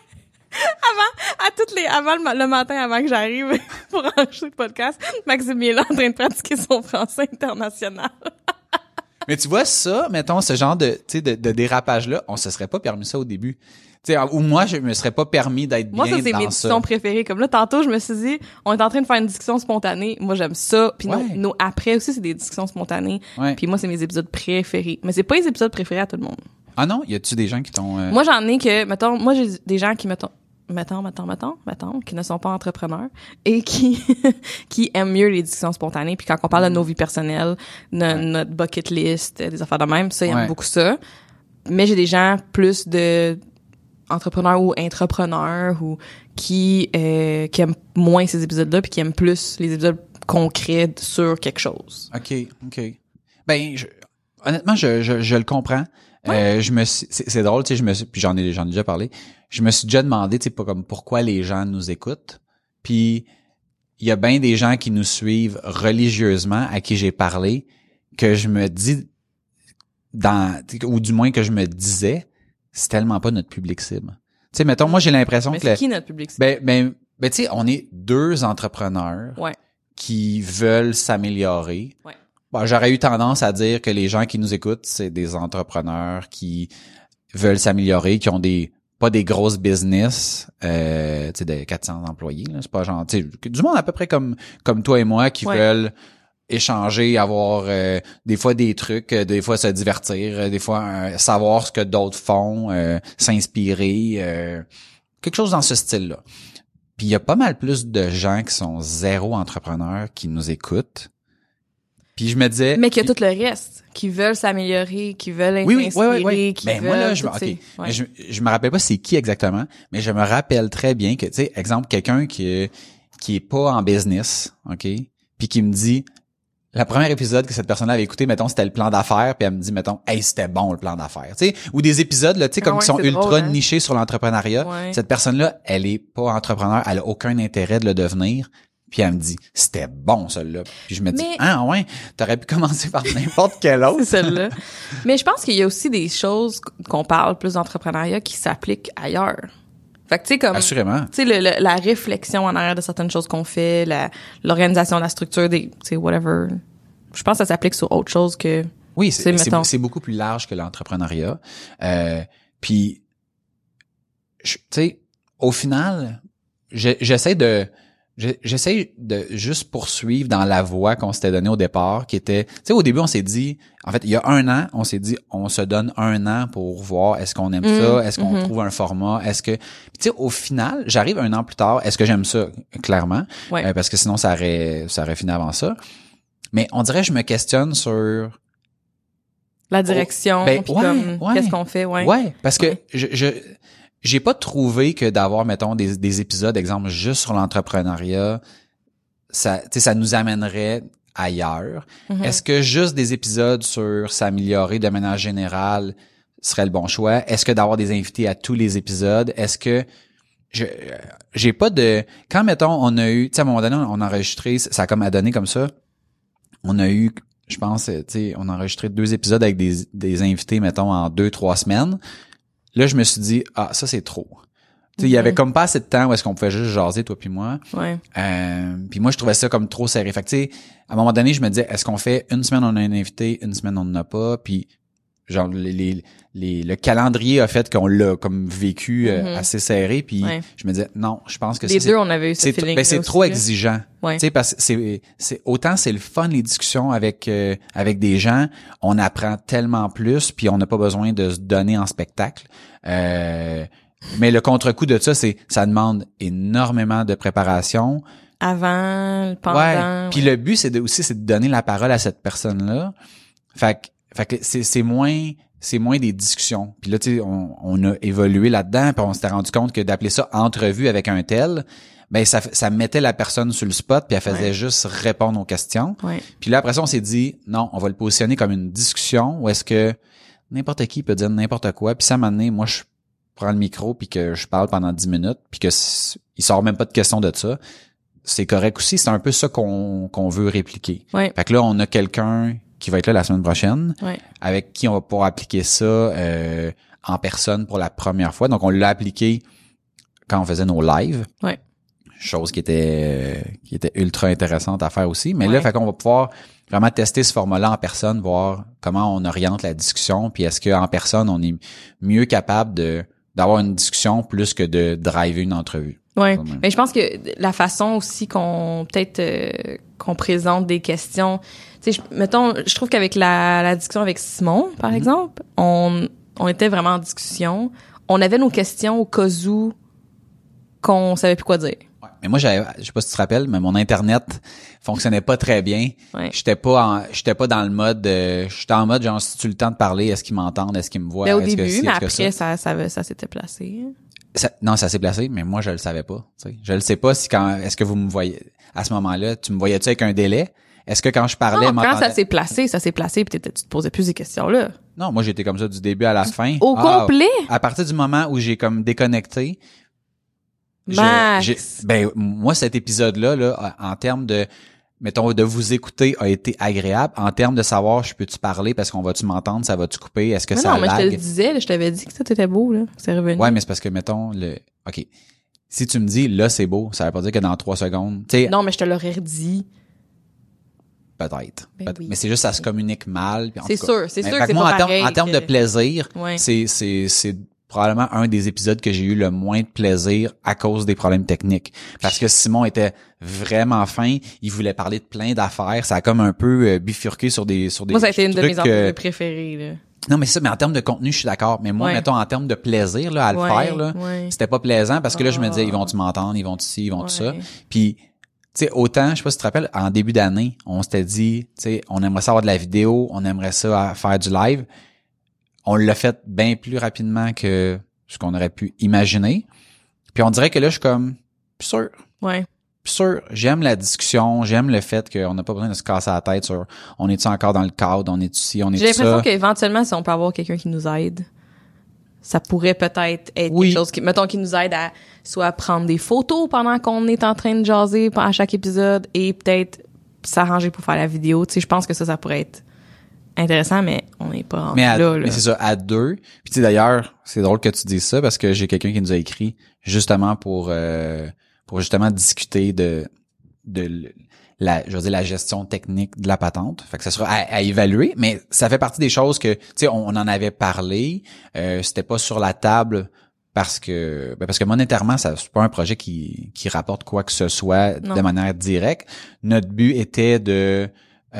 Avant le matin, avant que j'arrive pour enregistrer le podcast, Maxime est là en train de pratiquer son français international. Mais tu vois ça, mettons, ce genre de dérapage-là, on se serait pas permis ça au début. Tu sais, ou moi, je me serais pas permis d'être bien dans ça. Moi, ça, c'est mes discussions préférées. Comme là, tantôt, je me suis dit, on est en train de faire une discussion spontanée. Moi, j'aime ça. Puis nos après aussi, c'est des discussions spontanées. Ouais. Puis moi, c'est mes épisodes préférés. Mais c'est pas les épisodes préférés à tout le monde. Ah non? Y a-tu des gens qui t'ont... Moi, j'en ai que, mettons, moi, j'ai des gens qui, qui ne sont pas entrepreneurs et qui aiment mieux les discussions spontanées. Puis quand on parle de nos vies personnelles, notre bucket list, des affaires de même, ça, ils aiment beaucoup ça. Mais j'ai des gens plus de entrepreneurs ou intrapreneurs ou qui aiment moins ces épisodes-là puis qui aiment plus les épisodes concrets sur quelque chose. OK. Ben, honnêtement, je le comprends. Ouais. C'est drôle, tu sais, puis j'en ai déjà parlé. Je me suis déjà demandé, tu sais, pas comme pourquoi les gens nous écoutent. Puis il y a bien des gens qui nous suivent religieusement à qui j'ai parlé, que je me dis ou du moins que je me disais, c'est tellement pas notre public cible. Tu sais, mettons, moi j'ai l'impression Mais que c'est qui notre public cible? ben tu sais, on est deux entrepreneurs Ouais. qui veulent s'améliorer. Ouais. Bon, j'aurais eu tendance à dire que les gens qui nous écoutent, c'est des entrepreneurs qui veulent s'améliorer, qui ont pas des grosses business, tu sais, de 400 employés, là. C'est pas genre, tu sais, du monde à peu près comme toi et moi qui veulent échanger, avoir des fois des trucs, des fois se divertir, des fois savoir ce que d'autres font, s'inspirer, quelque chose dans ce style-là. Puis il y a pas mal plus de gens qui sont zéro entrepreneurs qui nous écoutent. Puis je me disais... Mais qu'il y a tout le reste, qui veulent s'améliorer, qui veulent s'inspirer, qui veulent... Moi, là, je me rappelle pas c'est qui exactement, mais je me rappelle très bien que, tu sais, exemple, quelqu'un qui est pas en business, OK, puis qui me dit... Le premier épisode que cette personne-là avait écouté, mettons, c'était le plan d'affaires, puis elle me dit, mettons, hey, c'était bon le plan d'affaires, tu sais, ou des épisodes là, tu sais, comme qui sont ultra nichés sur l'entrepreneuriat. Ouais. Cette personne-là, elle est pas entrepreneur, elle a aucun intérêt de le devenir. Puis elle me dit, c'était bon celle-là. Puis je me dis, ouais, t'aurais pu commencer par n'importe quelle autre. C'est celle-là. Mais je pense qu'il y a aussi des choses qu'on parle plus d'entrepreneuriat qui s'appliquent ailleurs. Fait que tu sais comme assurément. Tu sais la réflexion en arrière de certaines choses qu'on fait, l'organisation, la structure des tu sais whatever. Je pense que ça s'applique sur autre chose que oui, c'est beaucoup plus large que l'entrepreneuriat. Puis tu sais au final, j'essaie de juste poursuivre dans la voie qu'on s'était donnée au départ, qui était, tu sais, au début, on s'est dit, en fait, il y a 1 an, on s'est dit, on se donne 1 an pour voir est-ce qu'on aime ça, est-ce qu'on trouve un format, est-ce que, tu sais, au final, j'arrive 1 an plus tard, est-ce que j'aime ça? Clairement. Ouais. Parce que sinon, ça aurait fini avant ça. Mais on dirait, je me questionne sur la direction, puis qu'est-ce qu'on fait, Ouais, parce que j'ai pas trouvé que d'avoir, mettons, des épisodes, exemple, juste sur l'entrepreneuriat, ça nous amènerait ailleurs. Mm-hmm. Est-ce que juste des épisodes sur s'améliorer de manière générale serait le bon choix? Est-ce que d'avoir des invités à tous les épisodes? Est-ce que j'ai pas de... Quand, mettons, on a eu... Tu sais, à un moment donné, on a enregistré, ça a comme à donner comme ça. On a eu, je pense, tu sais, on a enregistré 2 épisodes avec des invités, mettons, en 2-3 semaines. Là, je me suis dit, ça, c'est trop. Tu sais, il y avait comme pas assez de temps où est-ce qu'on pouvait juste jaser, toi puis moi. Ouais. Puis moi, je trouvais ça comme trop serré. Fait que, tu sais, à un moment donné, je me disais, est-ce qu'on fait 1 semaine, on a un invité, 1 semaine, on n'en a pas, puis genre, le calendrier a fait qu'on l'a comme vécu assez serré, puis je me disais, non, je pense que les deux, on avait eu ce feeling. C'est trop exigeant. Ouais. Tu sais, parce que c'est autant c'est le fun, les discussions avec des gens, on apprend tellement plus, puis on n'a pas besoin de se donner en spectacle. Mais le contre-coup de ça, ça demande énormément de préparation. Avant, pendant. Ouais. Puis le but, c'est de donner la parole à cette personne-là. Fait que c'est moins des discussions. Puis là, tu sais, on a évolué là-dedans, puis on s'était rendu compte que d'appeler ça entrevue avec un tel, ben ça mettait la personne sur le spot, puis elle faisait juste répondre aux questions. Ouais. Puis là, après ça, on s'est dit, non, on va le positionner comme une discussion, où est-ce que n'importe qui peut dire n'importe quoi, puis ça, à un moment donné, moi, je prends le micro, puis que je parle pendant 10 minutes, puis que il sort même pas de question de ça. C'est correct aussi, c'est un peu ça qu'on veut répliquer. Ouais. Fait que là, on a quelqu'un qui va être là la semaine prochaine, avec qui on va pouvoir appliquer ça en personne pour la première fois. Donc, on l'a appliqué quand on faisait nos lives. Ouais. Chose qui était ultra intéressante à faire aussi. Mais là, fait qu'on va pouvoir vraiment tester ce format-là en personne, voir comment on oriente la discussion, puis est-ce qu'en personne, on est mieux capable d'avoir une discussion plus que de driver une entrevue. Ouais. Mais je pense que la façon aussi qu'on présente des questions, tu sais, mettons, je trouve qu'avec la discussion avec Simon, par exemple, on était vraiment en discussion. On avait nos questions au cas où qu'on savait plus quoi dire. Ouais. Mais moi, je sais pas si tu te rappelles, mais mon Internet fonctionnait pas très bien. Ouais. J'étais pas dans le mode, j'étais en mode genre, si tu as le temps de parler, est-ce qu'ils m'entendent, est-ce qu'ils me voient? Ben, au début, mais après, ça s'était placé. Ça s'est placé, mais moi, je le savais pas. Tu sais. Je le sais pas si est-ce que vous me voyez, à ce moment-là, tu me voyais-tu avec un délai? Est-ce que quand je parlais, non, quand ça s'est placé, puis tu te posais plus ces questions-là. Non, moi, j'étais comme ça du début à la fin. Au complet? À partir du moment où j'ai comme déconnecté, Max. moi, cet épisode-là, en termes de mettons, de vous écouter a été agréable. En termes de savoir, je peux-tu parler parce qu'on va-tu m'entendre, ça va-tu couper, est-ce que mais ça non, mais je te lag? le disais, là, je t'avais dit que ça était beau, là. C'est revenu. Ouais, mais c'est parce que, mettons, OK. Si tu me dis, là, c'est beau, ça veut pas dire que dans 3 secondes, tu sais. Non, mais je te l'aurais redit. Peut-être. Ben oui. Mais c'est juste, ça se communique mal. Puis en C'est tout cas. sûr, c'est Mais sûr fait que c'est moi, pas pareil en termes que- de plaisir, Ouais. c'est probablement un des épisodes que j'ai eu le moins de plaisir à cause des problèmes techniques. Parce que Simon était vraiment fin, il voulait parler de plein d'affaires, ça a comme un peu bifurqué sur des Moi, ça a été une de mes trucs, entrevues préférées, là. Non, mais ça, mais en termes de contenu, je suis d'accord. Mais moi, Ouais. mettons, en termes de plaisir, là, à le Ouais, faire, là, ouais. c'était pas plaisant parce que là, je me Ah. disais, ils vont-tu m'entendre, ils vont-tu ci, ils vont-tu ça. Ouais. Puis, tu sais, autant, je sais pas si tu te rappelles, en début d'année, on s'était dit, tu sais, on aimerait ça avoir de la vidéo, on aimerait ça faire du live. On l'a fait bien plus rapidement que ce qu'on aurait pu imaginer. Puis on dirait que là, je suis comme, plus sûr. Ouais. Puis sûr, j'aime la discussion, j'aime le fait qu'on n'a pas besoin de se casser la tête sur on est-tu encore dans le cadre, on est-tu ci, on J'ai est-tu ça. l'impression qu'éventuellement, si on peut avoir quelqu'un qui nous aide, ça pourrait peut-être être Oui. quelque chose qui, mettons, qui nous aide à soit prendre des photos pendant qu'on est en train de jaser à chaque épisode et peut-être s'arranger pour faire la vidéo. Tu sais, je pense que ça pourrait être intéressant, mais on n'est pas Mais, là. mais c'est ça, à deux. Puis tu sais, d'ailleurs, c'est drôle que tu dises ça parce que j'ai quelqu'un qui nous a écrit justement pour justement discuter de je veux dire, la gestion technique de la patente. Fait que ça sera à évaluer, mais ça fait partie des choses que, tu sais, on en avait parlé, c'était pas sur la table parce que monétairement, ça c'est pas un projet qui rapporte quoi que ce soit Non. de manière directe. Notre but était de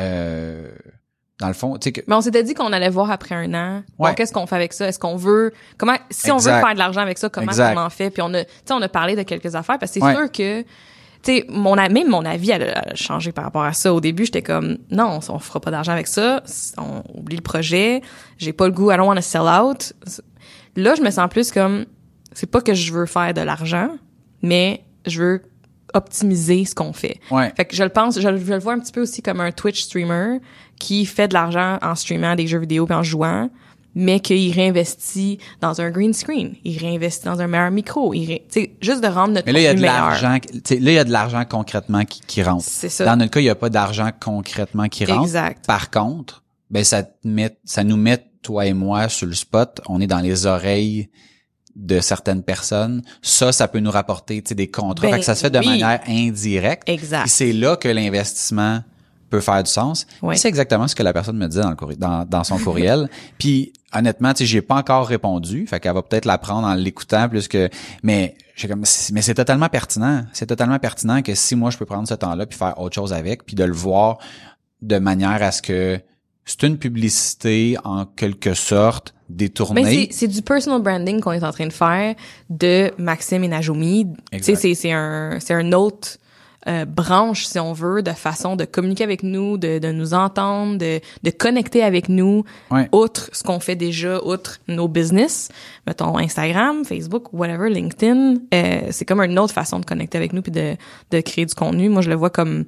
dans le fond, tu sais que Mais on s'était dit qu'on allait voir après un an. Ouais. Bon, qu'est-ce qu'on fait avec ça? Est-ce qu'on veut, si on veut Exact. faire de l'argent avec ça, comment Exact. on en fait? Puis on a parlé de quelques affaires parce que c'est Ouais. sûr que, tu sais, même mon avis elle a changé par rapport à ça. Au début, j'étais comme, non, on fera pas d'argent avec ça. On oublie le projet. J'ai pas le goût. I don't want to sell out. Là, je me sens plus comme, c'est pas que je veux faire de l'argent, mais je veux optimiser ce qu'on fait. Ouais. Fait que je le vois un petit peu aussi comme un Twitch streamer qui fait de l'argent en streamant des jeux vidéo puis en jouant, mais qu'il réinvestit dans un green screen, il réinvestit dans un meilleur micro, tu sais, juste de rendre notre Mais là, il y a contenu de meilleur. l'argent, tu sais, là, il y a de l'argent concrètement qui rentre. C'est ça. Dans notre cas, il y a pas d'argent concrètement qui rentre. Exact. Par contre, ben, ça nous met, toi et moi, sur le spot. On est dans les oreilles de certaines personnes. Ça peut nous rapporter, tu sais, des contrats. Ben, Fait que ça se fait de oui. manière indirecte. Exact. Puis c'est là que l'investissement peut faire du sens. Oui. Puis c'est exactement ce que la personne me disait dans son courriel. Puis honnêtement, tu sais, j'ai pas encore répondu, fait qu'elle va peut-être l'apprendre en l'écoutant plus que mais c'est totalement pertinent. C'est totalement pertinent que si moi je peux prendre ce temps-là puis faire autre chose avec puis de le voir de manière à ce que c'est une publicité en quelque sorte détournée. Mais c'est du personal branding qu'on est en train de faire de Maxime et Najomi. Tu sais, c'est un autre branche, si on veut, de façon de communiquer avec nous, de nous entendre, de connecter avec nous, Ouais. outre ce qu'on fait déjà, outre nos business, mettons Instagram, Facebook, whatever, LinkedIn, c'est comme une autre façon de connecter avec nous puis de créer du contenu. Moi, je le vois comme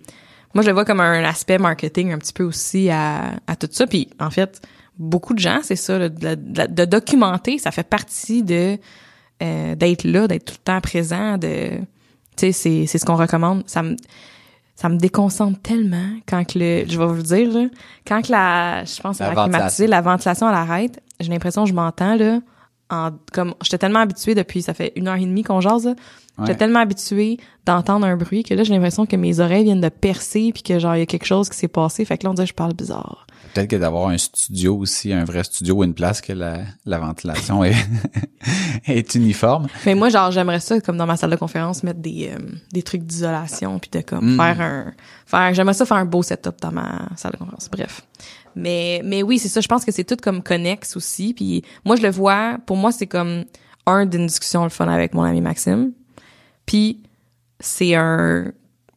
un aspect marketing un petit peu aussi à tout ça. Puis en fait, beaucoup de gens, c'est ça, là, de documenter, ça fait partie de d'être là, d'être tout le temps présent, tu sais, c'est ce qu'on recommande. Ça me déconcentre tellement quand je vais vous le dire, là, quand je pense à la climatisée, la ventilation elle arrête, j'ai l'impression que je m'entends, là, comme, j'étais tellement habituée depuis, ça fait 1h30 qu'on jase, là. Ouais. J'étais tellement habituée d'entendre un bruit que là, j'ai l'impression que mes oreilles viennent de percer puis que genre, il y a quelque chose qui s'est passé. Fait que là, on dirait que je parle bizarre. Peut-être que d'avoir un studio aussi, un vrai studio ou une place que la ventilation est uniforme. Mais moi, genre, j'aimerais ça, comme dans ma salle de conférence, mettre des trucs d'isolation puis de comme j'aimerais ça faire un beau setup dans ma salle de conférence. Bref. Mais oui, c'est ça. Je pense que c'est tout comme connexe aussi. Puis moi, je le vois. Pour moi, c'est comme d'une discussion le fun avec mon ami Maxime. Puis c'est une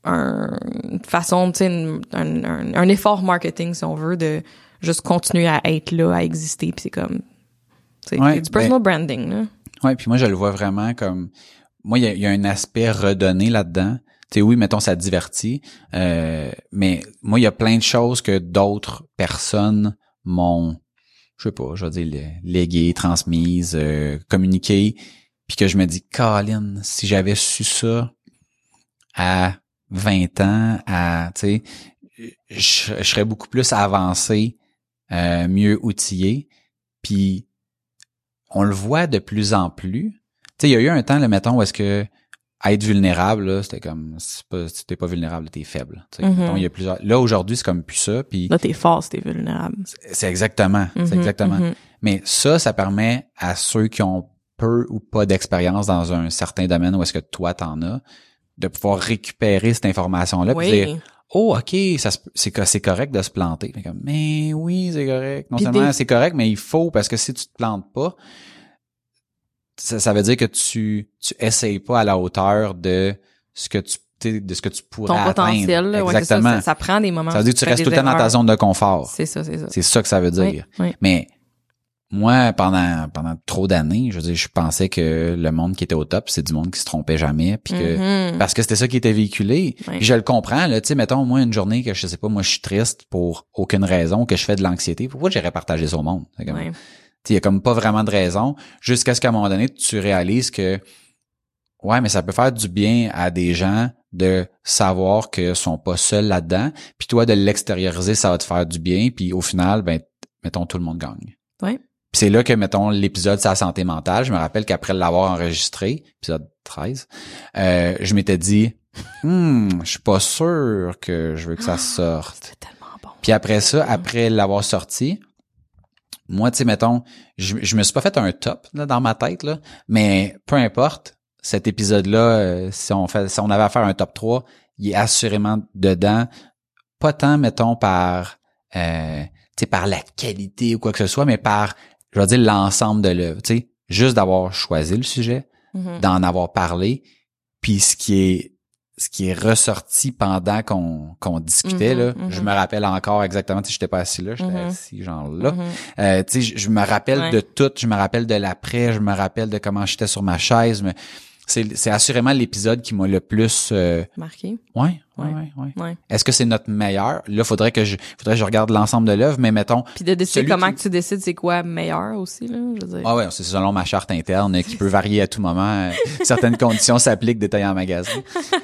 façon, tu sais, un effort marketing, si on veut, de juste continuer à être là, à exister. Puis c'est comme, c'est du personal branding, là. Ouais, puis moi, je le vois vraiment comme, moi, il y a un aspect redonné là-dedans. Tu sais, oui, mettons, ça divertit, mais moi, il y a plein de choses que d'autres personnes m'ont, je sais pas, je vais dire, léguées, transmises, communiquées, puis que je me dis, Colin, si j'avais su ça à 20 ans à, tu sais, je serais beaucoup plus avancé, mieux outillé, puis on le voit de plus en plus. Tu sais, il y a eu un temps, là, mettons, où est-ce que être vulnérable, là, c'était comme, si t'es pas vulnérable, t'es faible. Tu sais. Mettons, il y a plusieurs. Là, aujourd'hui, c'est comme plus ça. Puis là, t'es fort si t'es vulnérable. C'est exactement. C'est exactement. Mais ça permet à ceux qui ont peu ou pas d'expérience dans un certain domaine où est-ce que toi t'en as, de pouvoir récupérer cette information-là, puis dire, oh, ok, c'est correct de se planter. Mais oui, c'est correct. Non seulement c'est correct, mais il faut, parce que si tu te plantes pas, ça veut dire que tu essayes pas à la hauteur de ce que tu pourrais atteindre. Ton potentiel, là, exactement. Ouais, ça prend des moments. Ça veut dire que tu restes tout le temps dans ta zone de confort. C'est ça. C'est ça que ça veut dire. Oui. Mais moi, pendant trop d'années, je veux dire, je pensais que le monde qui était au top, c'est du monde qui se trompait jamais, puis que parce que c'était ça qui était véhiculé. Oui. Puis je le comprends, là, tu sais, mettons, moi, une journée que je sais pas, moi, je suis triste pour aucune raison, que je fais de l'anxiété, pourquoi j'irais partager ça au monde? C'est comme, il y a comme pas vraiment de raison, jusqu'à ce qu'à un moment donné, tu réalises que, ouais, mais ça peut faire du bien à des gens de savoir qu'ils sont pas seuls là-dedans, puis toi, de l'extérioriser, ça va te faire du bien, puis au final, ben, mettons, tout le monde gagne. Oui. Puis c'est là que, mettons, l'épisode sur la santé mentale, je me rappelle qu'après l'avoir enregistré, épisode 13, je m'étais dit, je suis pas sûr que je veux que ça sorte. C'est tellement bon. Puis après ça, après l'avoir sorti, moi, tu sais, mettons, je me suis pas fait un top là, dans ma tête, là, mais peu importe, cet épisode-là, si on avait à faire un top 3, il est assurément dedans, pas tant, mettons, par par la qualité ou quoi que ce soit, mais par, je vais dire, l'ensemble de l'œuvre. Tu sais, juste d'avoir choisi le sujet, d'en avoir parlé, puis ce qui est ressorti pendant qu'on discutait, là, je me rappelle encore exactement, tu sais, j'étais pas assis là, j'étais assis genre là. Tu sais, je me rappelle de tout, je me rappelle de l'après, je me rappelle de comment j'étais sur ma chaise, mais c'est assurément l'épisode qui m'a le plus marqué. Ouais. Est-ce que c'est notre meilleur? Là, faudrait que je regarde l'ensemble de l'œuvre, mais mettons. Puis de décider comment que tu décides c'est quoi meilleur aussi, là, je veux dire. Ah ouais, c'est selon ma charte interne qui peut varier à tout moment. Certaines conditions s'appliquent détaillées en magasin.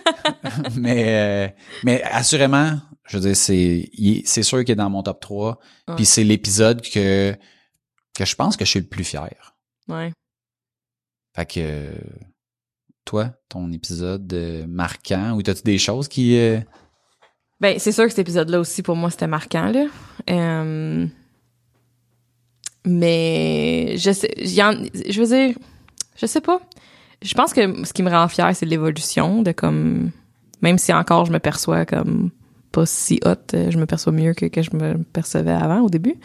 mais assurément, je veux dire, c'est sûr qu'il est dans mon top 3. Ouais. Puis c'est l'épisode que je pense que je suis le plus fier. Ouais. Fait que toi, ton épisode marquant, ou t'as-tu des choses qui... Ben, c'est sûr que cet épisode-là aussi, pour moi, c'était marquant, là. Mais je veux dire, je sais pas. Je pense que ce qui me rend fière, c'est l'évolution de comme... Même si encore je me perçois comme pas si hot, je me perçois mieux que je me percevais avant, au début.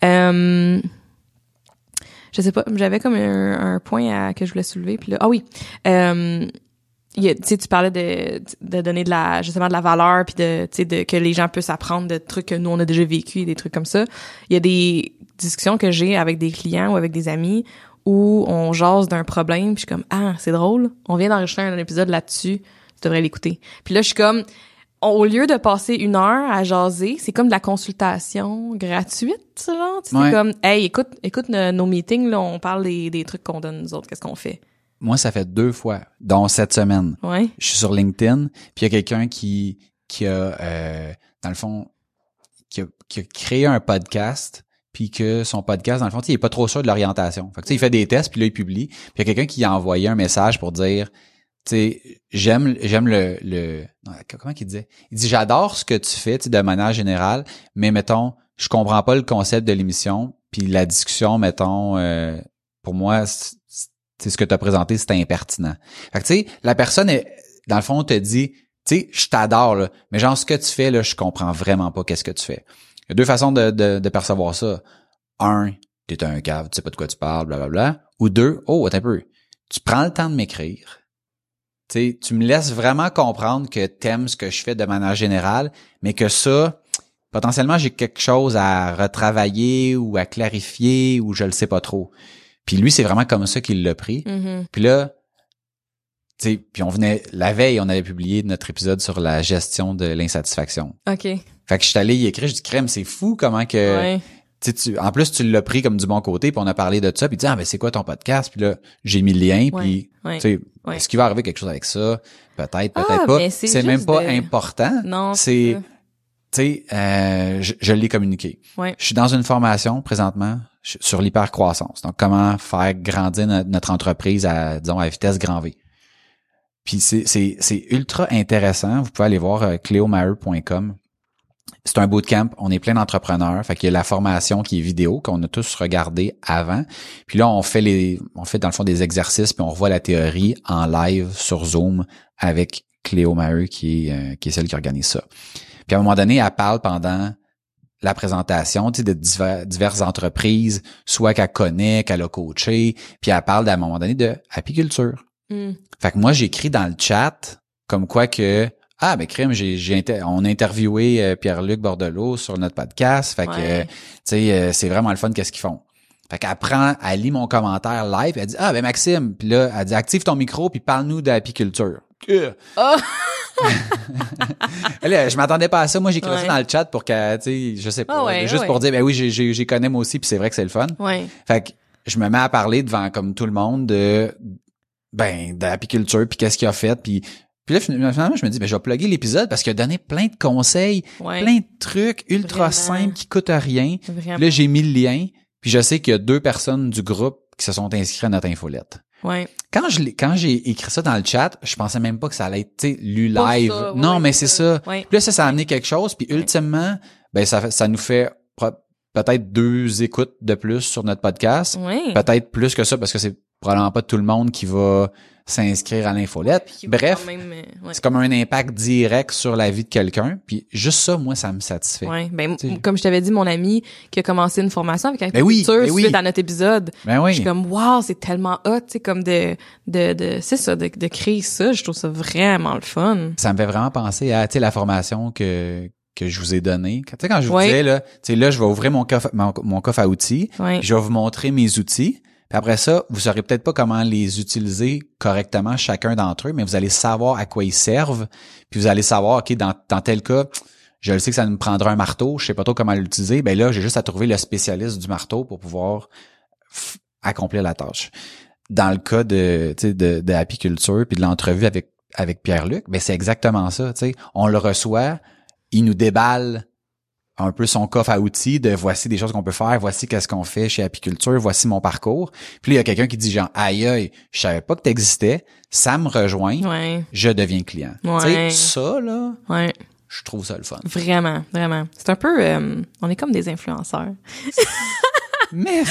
Je sais pas, j'avais comme un point que je voulais soulever, puis là, tu sais, tu parlais de donner justement de la valeur, puis de que les gens puissent apprendre de trucs que nous on a déjà vécu, des trucs comme ça. Il y a des discussions que j'ai avec des clients ou avec des amis où on jase d'un problème, puis je suis comme c'est drôle, on vient d'enregistrer un épisode là-dessus, tu devrais l'écouter. Puis là je suis comme au lieu de passer 1 heure à jaser, c'est comme de la consultation gratuite, genre. C'est comme, hey, écoute nos meetings, là, on parle des trucs qu'on donne nous autres, qu'est-ce qu'on fait? Moi, ça fait 2 fois, dont cette semaine. Ouais. Je suis sur LinkedIn, puis il y a quelqu'un qui a, dans le fond, qui a créé un podcast, puis que son podcast, dans le fond, il est pas trop sûr de l'orientation. Fait que, il fait des tests, puis là, il publie. Puis il y a quelqu'un qui a envoyé un message pour dire... Tu sais, j'aime le comment qu'il disait? Il dit j'adore ce que tu fais, tu sais, de manière générale, mais mettons, je comprends pas le concept de l'émission, puis la discussion, mettons, pour moi, c'est ce que tu as présenté, c'était impertinent. Fait que tu sais, la personne dans le fond te dit, tu sais, je t'adore là, mais genre ce que tu fais là, je comprends vraiment pas qu'est-ce que tu fais. Il y a 2 façons de percevoir ça. 1, t'es un cave, tu sais pas de quoi tu parles, blablabla. Ou 2, attends un peu, tu prends le temps de m'écrire. T'sais, tu me laisses vraiment comprendre que t'aimes ce que je fais de manière générale, mais que ça, potentiellement, j'ai quelque chose à retravailler ou à clarifier ou je le sais pas trop. Puis lui, c'est vraiment comme ça qu'il l'a pris. Mm-hmm. Puis là, tu sais, puis la veille, on avait publié notre épisode sur la gestion de l'insatisfaction. OK. Fait que je suis allé y écrire, je dis crème, c'est fou comment que... Ouais. en plus, tu l'as pris comme du bon côté, puis on a parlé de ça, puis tu dis, ah, ben, c'est quoi ton podcast? Puis là, j'ai mis le lien, puis, tu sais, est-ce qu'il va arriver quelque chose avec ça? Peut-être pas. Mais c'est même pas important. Non. Tu sais, je l'ai communiqué. Ouais. Je suis dans une formation, présentement, sur l'hypercroissance. Donc, comment faire grandir notre entreprise à vitesse grand V. Puis, c'est ultra intéressant. Vous pouvez aller voir cleomaher.com. C'est un bootcamp, on est plein d'entrepreneurs, fait qu'il y a la formation qui est vidéo qu'on a tous regardé avant. Puis là on fait dans le fond des exercices puis on revoit la théorie en live sur Zoom avec Cléo Maheu qui est celle qui organise ça. Puis à un moment donné, elle parle pendant la présentation, tu sais, de diverses entreprises, soit qu'elle connaît, qu'elle a coaché, puis elle parle à un moment donné de apiculture. Fait que moi j'ai écrit dans le chat comme quoi que ben crème, on a interviewé Pierre-Luc Bordelot sur notre podcast, fait que tu sais c'est vraiment le fun qu'est-ce qu'ils font. Fait elle lit mon commentaire live, elle dit ben Maxime, puis là elle dit active ton micro puis parle-nous d'apiculture. Là, je m'attendais pas à ça, moi j'ai écrit ça dans le chat pour que tu sais, je sais pas, juste pour dire ben oui, j'y connais moi aussi puis c'est vrai que c'est le fun. Fait que je me mets à parler devant comme tout le monde d'apiculture puis qu'est-ce qu'il a fait puis là, finalement, je me dis, je vais plugger l'épisode parce qu'il a donné plein de conseils, plein de trucs ultra simples qui coûtent rien. Vraiment. Là, j'ai mis le lien, puis je sais qu'il y a 2 personnes du groupe qui se sont inscrites à notre infolette. Quand j'ai écrit ça dans le chat, je pensais même pas que ça allait être lu live. Ça, non, mais c'est ça. Puis là, ça a amené quelque chose, puis ultimement, ça nous fait peut-être 2 écoutes de plus sur notre podcast. Peut-être plus que ça parce que c'est probablement pas tout le monde qui va s'inscrire à l'infolette. Bref, c'est comme un impact direct sur la vie de quelqu'un. Puis juste ça, moi, ça me satisfait. Comme je t'avais dit, mon ami qui a commencé une formation avec apiculture suite à notre épisode. Je suis comme, wow, c'est tellement hot, tu sais, comme c'est ça, de créer ça. Je trouve ça vraiment le fun. Ça me fait vraiment penser à, tu sais, la formation que je vous ai donnée. Tu sais, quand je vous disais, là, tu sais, là, je vais ouvrir mon coffre à outils. Je vais vous montrer mes outils. Puis après ça, vous saurez peut-être pas comment les utiliser correctement chacun d'entre eux, mais vous allez savoir à quoi ils servent. Puis vous allez savoir, OK, dans tel cas, je le sais que ça me prendra un marteau, je sais pas trop comment l'utiliser. Ben là, j'ai juste à trouver le spécialiste du marteau pour pouvoir accomplir la tâche. Dans le cas de apiculture puis de l'entrevue avec Pierre-Luc, ben c'est exactement ça, tu sais. On le reçoit, il nous déballe un peu son coffre à outils de voici des choses qu'on peut faire, voici qu'est-ce qu'on fait chez Apiculture, voici mon parcours. Puis là, il y a quelqu'un qui dit genre aïe, je savais pas que t'existais, ça me rejoint, je deviens client. Tu sais, ça là, je trouve ça le fun. Vraiment, vraiment. C'est un peu, on est comme des influenceurs. Mais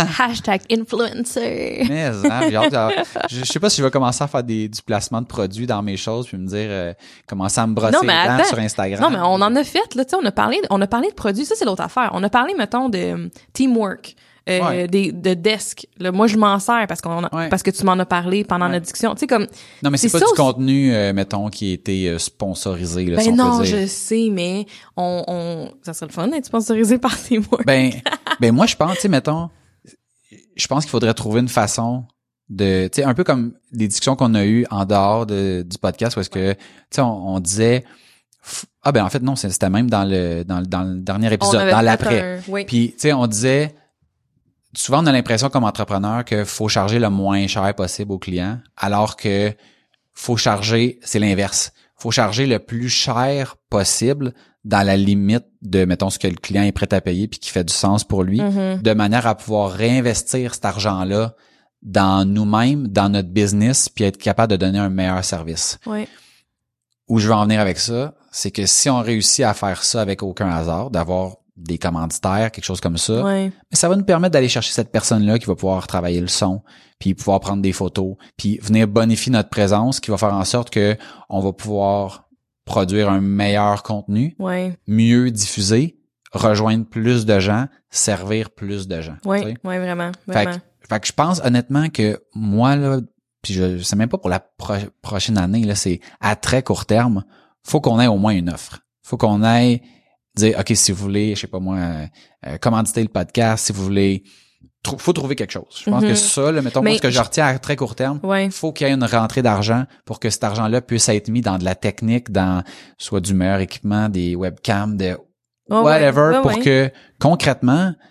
#influencer. Mais je sais pas si je vais commencer à faire du placement de produits dans mes choses puis me dire commencer à me brosser les dents sur Instagram. Non, mais on en a fait là, tu sais, on a parlé de produits, ça c'est l'autre affaire. On a parlé mettons de teamwork. De desk. Là, moi, je m'en sers parce que tu m'en as parlé pendant notre discussion. Tu sais, comme. Non, mais c'est pas du contenu, mettons, qui a été sponsorisé, là, si on peut dire. Je sais, mais ça serait le fun d'être sponsorisé par Teamwork. Ben, moi, je pense, tu sais, mettons, je pense qu'il faudrait trouver une façon de, tu sais, un peu comme des discussions qu'on a eues en dehors du podcast où est-ce que, tu sais, on disait, en fait, non, c'était même dans le dernier épisode, dans l'après. Puis, tu sais, on disait, souvent, on a l'impression comme entrepreneur qu'il faut charger le moins cher possible aux clients, alors que faut charger, c'est l'inverse. Faut charger le plus cher possible dans la limite de, mettons, ce que le client est prêt à payer puis qui fait du sens pour lui, de manière à pouvoir réinvestir cet argent-là dans nous-mêmes, dans notre business, puis être capable de donner un meilleur service. Où je veux en venir avec ça, c'est que si on réussit à faire ça avec aucun hasard, d'avoir des commanditaires, quelque chose comme ça. Mais ça va nous permettre d'aller chercher cette personne-là qui va pouvoir travailler le son, puis pouvoir prendre des photos, puis venir bonifier notre présence, qui va faire en sorte que on va pouvoir produire un meilleur contenu, mieux diffuser, rejoindre plus de gens, servir plus de gens. Vraiment. Fait que je pense honnêtement que moi, là, puis je sais même pas pour la prochaine année, là, c'est à très court terme, faut qu'on ait au moins une offre. Faut qu'on ait dire, OK, si vous voulez, je sais pas moi, commanditer le podcast, si vous voulez, faut trouver quelque chose. Je pense que ça, là, mettons, ce que je retiens à très court terme, faut qu'il y ait une rentrée d'argent pour que cet argent-là puisse être mis dans de la technique, dans soit du meilleur équipement, des webcams, de whatever, pour que concrètement,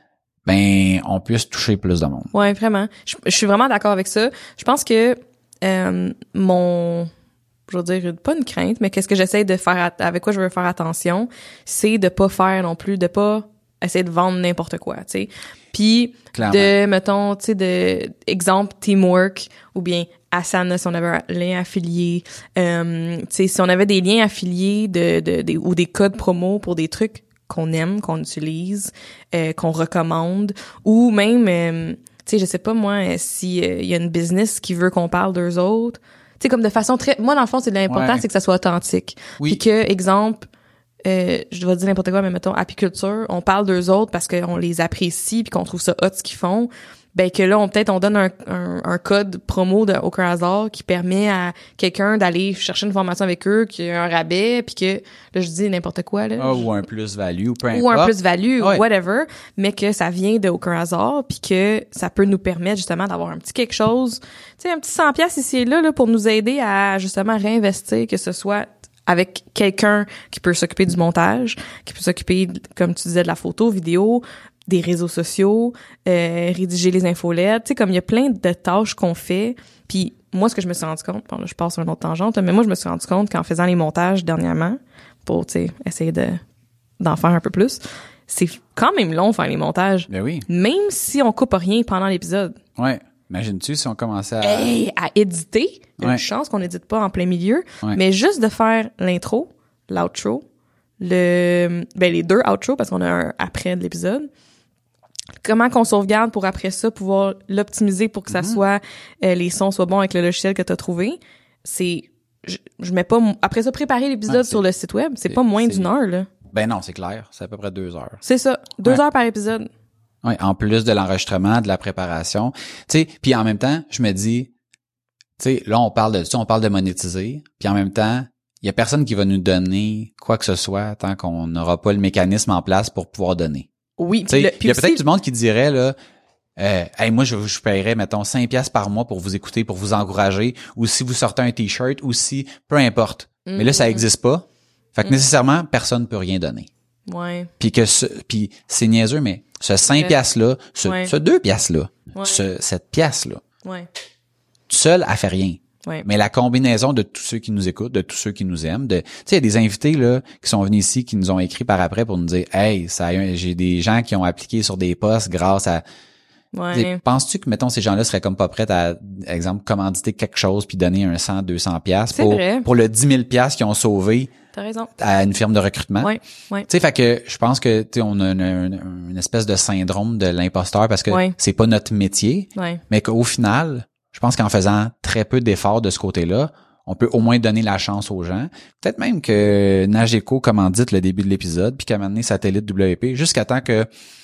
ben on puisse toucher plus de monde. Ouais, vraiment. Je suis vraiment d'accord avec ça. Je pense que je veux dire, pas une crainte, mais qu'est-ce que j'essaie de faire, avec quoi je veux faire attention, c'est de pas faire non plus, de pas essayer de vendre n'importe quoi, tu sais. Puis de, mettons, tu sais, exemple, teamwork, ou bien Asana, si on avait un lien affilié, tu sais, si on avait des liens affiliés ou des codes promo pour des trucs qu'on aime, qu'on utilise, qu'on recommande, ou même, tu sais, je sais pas moi, si y a une business qui veut qu'on parle d'eux autres, tu sais, comme de façon très... Moi, dans le fond, c'est l'important, c'est que ça soit authentique. Oui. Puis que, exemple, je dois dire n'importe quoi, mais mettons, apiculture, on parle d'eux autres parce qu'on les apprécie puis qu'on trouve ça hot ce qu'ils font. Ben que là, on donne un code promo de aucun hasard qui permet à quelqu'un d'aller chercher une formation avec eux, qui a un rabais, puis que, là, je dis n'importe quoi, là. Ou un plus-value, peu importe. Ou un plus-value, whatever, mais que ça vient de aucun hasard, puis que ça peut nous permettre, justement, d'avoir un petit quelque chose, tu sais, un petit 100$ ici et là, pour nous aider à, justement, réinvestir, que ce soit avec quelqu'un qui peut s'occuper du montage, qui peut s'occuper, comme tu disais, de la photo, vidéo, des réseaux sociaux, rédiger les infolettes, tu sais, comme il y a plein de tâches qu'on fait. Puis moi, ce que je me suis rendu compte, bon là, je passe sur une autre tangente, mais moi, je me suis rendu compte qu'en faisant les montages dernièrement, pour, tu sais, essayer d'en faire un peu plus, c'est quand même long faire les montages. Ben oui. Même si on coupe rien pendant l'épisode. Ouais. Imagines-tu si on commençait à éditer, une chance qu'on n'édite pas en plein milieu, mais juste de faire l'intro, l'outro, les deux outros, parce qu'on a un après de l'épisode. Comment qu'on sauvegarde pour après ça pouvoir l'optimiser pour que ça soit les sons soient bons avec le logiciel que tu as trouvé. C'est je mets pas après ça préparer l'épisode sur le site web, c'est pas moins d'une heure là. Ben non, c'est clair, c'est à peu près 2 heures. C'est ça, 2 heures par épisode. Oui, en plus de l'enregistrement, de la préparation. Tu sais, puis en même temps, je me dis, tu sais, là on parle de monétiser, puis en même temps, il y a personne qui va nous donner quoi que ce soit tant qu'on n'aura pas le mécanisme en place pour pouvoir donner. Oui, il y a peut-être du monde qui dirait là, hey, moi je paierais mettons 5$ par mois pour vous écouter, pour vous encourager, ou si vous sortez un t-shirt, ou si peu importe. Mais là ça existe pas. Fait que nécessairement personne peut rien donner. Ouais. Puis c'est niaiseux, mais ce 5$ là, ce 2$ là, cette pièce là, tout seul elle fait rien. Ouais. Mais la combinaison de tous ceux qui nous écoutent, de tous ceux qui nous aiment, tu sais, il y a des invités là qui sont venus ici, qui nous ont écrit par après pour nous dire, hey, j'ai des gens qui ont appliqué sur des postes grâce à. Ouais. Penses-tu que mettons ces gens-là seraient comme pas prêts à, exemple, commanditer quelque chose puis donner un 100-200$ pour le 10 000$ qu'ils ont sauvé. T'as raison. À une firme de recrutement. Ouais. Tu sais, fait que je pense que tu sais on a une espèce de syndrome de l'imposteur parce que c'est pas notre métier, mais qu'au final, je pense qu'en faisant très peu d'efforts de ce côté-là, on peut au moins donner la chance aux gens. Peut-être même que Nageco commandite le début de l'épisode, puis qu'à maintenant Satellite WP, jusqu'à temps que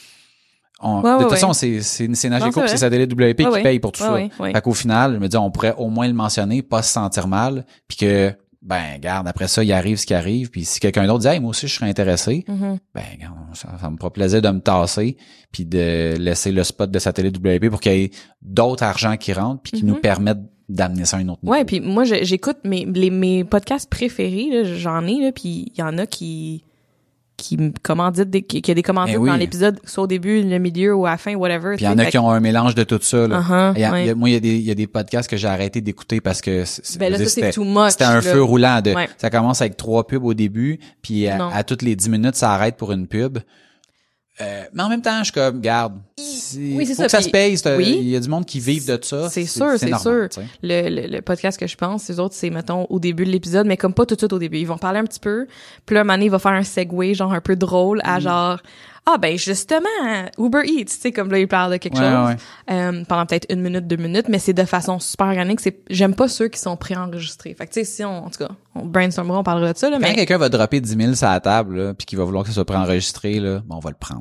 de toute façon, c'est Nageco et c'est Satellite WP qui paye pour tout ça. Fait qu'au final, je me dis, on pourrait au moins le mentionner, pas se sentir mal, puis que ben garde, après ça, il arrive ce qui arrive, puis si quelqu'un d'autre dit hey, moi aussi je serais intéressé, ben garde, ça me fera plaisir de me tasser puis de laisser le spot de Satellite WP pour qu'il y ait d'autres argents qui rentrent puis qui nous permettent d'amener ça à un autre niveau. Ouais, puis moi j'écoute mes podcasts préférés là, j'en ai là, puis il y en a qui me commanditent qui a des commandites dans l'épisode, soit au début, le milieu ou à la fin, whatever. Puis il y en a qui ont un mélange de tout ça. Là. Moi, il y a des podcasts que j'ai arrêté d'écouter parce que c'était too much. C'était un feu roulant. Ça commence avec 3 pubs au début, puis à toutes les 10 minutes, ça arrête pour une pub. Mais en même temps, je suis comme, garde, faut que ça se paye. Il y a du monde qui vivent de ça. C'est sûr. Le podcast que je pense, les autres, c'est, mettons, au début de l'épisode, mais comme pas tout de suite au début. Ils vont parler un petit peu, puis là, Mané va faire un segue, genre un peu drôle, à genre, ben justement, Uber Eats, tu sais, comme là, il parle de quelque chose. Pendant peut-être 1 minute, 2 minutes, mais c'est de façon super organique. J'aime pas ceux qui sont préenregistrés. Fait que, tu sais, si en tout cas, on brainstormera, on parlera de ça, là. Quand quelqu'un va dropper 10 000 sur la table, là, puis qu'il va vouloir que ça soit préenregistré, là, on va le prendre.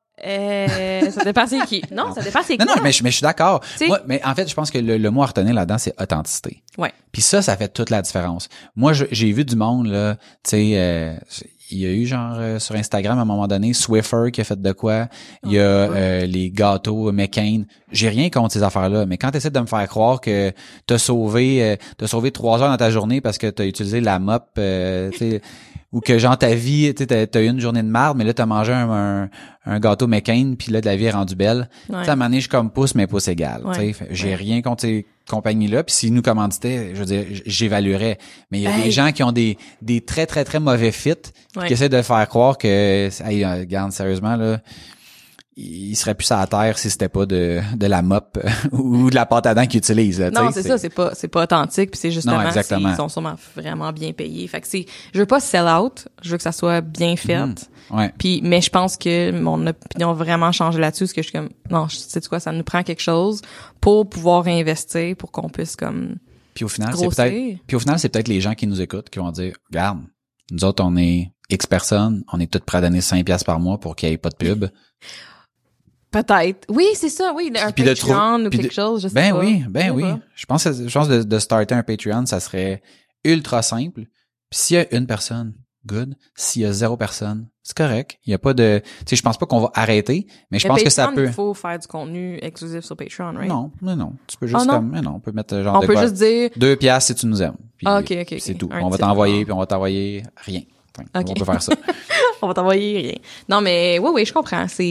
Ça dépend c'est qui. Non, ça dépend c'est quoi. Non, mais je suis d'accord. Moi, mais en fait, je pense que le mot à retenir là-dedans, c'est authenticité. Ouais. Puis ça fait toute la différence. Moi, j'ai vu du monde, là, tu sais, il y a eu genre sur Instagram à un moment donné Swiffer qui a fait de quoi. Il y a les gâteaux McCain. J'ai rien contre ces affaires-là, mais quand tu essaies de me faire croire que t'as sauvé 3 heures dans ta journée parce que t'as utilisé la mop, tu sais, ou que genre ta vie, tu sais, t'as eu une journée de marde, mais là t'as mangé un gâteau McCain, puis là la vie est rendue belle. Ouais. Tu sais, à un moment donné, je suis comme pouce, mais pouce égal. Ouais. Tu sais, j'ai rien contre ces compagnies-là. Puis s'ils nous commanditaient, je veux dire, j'évaluerais. Mais il y a des gens qui ont des très très très mauvais fits, qui essaient de faire croire que, hey, regarde, sérieusement là. Il serait plus à la terre si c'était pas de la mop ou de la pâte à dents qu'ils utilisent. Là, non, c'est ça, c'est pas authentique, puis c'est justement, ils sont sûrement vraiment bien payés. Fait que je veux pas sell out, je veux que ça soit bien fait. Ouais. Puis, mais je pense que mon opinion a vraiment changé là-dessus, parce que je suis comme, non, sais-tu quoi, ça nous prend quelque chose pour pouvoir réinvestir, pour qu'on puisse comme. Puis au final, c'est peut-être les gens qui nous écoutent qui vont dire, regarde, nous autres, on est X personnes, on est tous prêts à donner 5$ par mois pour qu'il n'y ait pas de pub. Peut-être. Oui, c'est ça, oui, un Patreon ou quelque chose, je sais pas. Ben oui. Je pense de starter un Patreon, ça serait ultra simple. Puis s'il y a une personne, good. S'il y a 0 personne, c'est correct. Il y a pas de, tu sais, je pense pas qu'on va arrêter, mais je pense Patreon, que ça peut. Il faut faire du contenu exclusif sur Patreon, right? Non. Tu peux juste on peut mettre genre on peut juste dire 2$ si tu nous aimes. Puis, OK. C'est tout. On va t'envoyer, puis on va t'envoyer rien. Enfin, on peut faire ça. On va t'envoyer rien. Non, mais oui, je comprends. C'est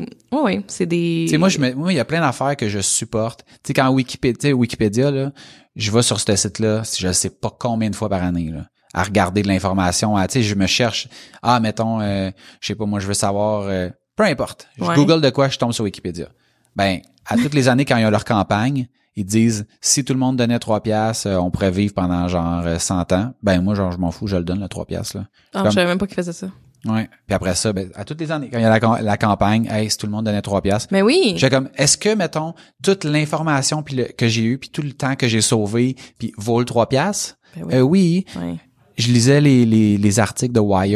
des. Tu sais, moi, il y a plein d'affaires que je supporte. Tu sais, quand Wikipédia, là, je vais sur ce site-là, je sais pas combien de fois par année, là, à regarder de l'information. Tu sais, je me cherche. Mettons, je sais pas, moi, je veux savoir, peu importe. Je Google de quoi, je tombe sur Wikipédia. Ben, à toutes les années, quand ils ont leur campagne, ils disent, si tout le monde donnait 3$, on pourrait vivre pendant genre 100 ans. Ben, moi, genre, je m'en fous, je le donne, le 3$, là. Je savais même pas qu'ils faisaient ça. Ouais. Puis après ça, ben, à toutes les années, quand il y a la campagne, hey, si tout le monde donnait 3$. Mais oui. J'ai comme, est-ce que, mettons, toute l'information que j'ai eue, puis tout le temps que j'ai sauvé, puis vaut le 3$? Ben oui. Oui. Je lisais les articles de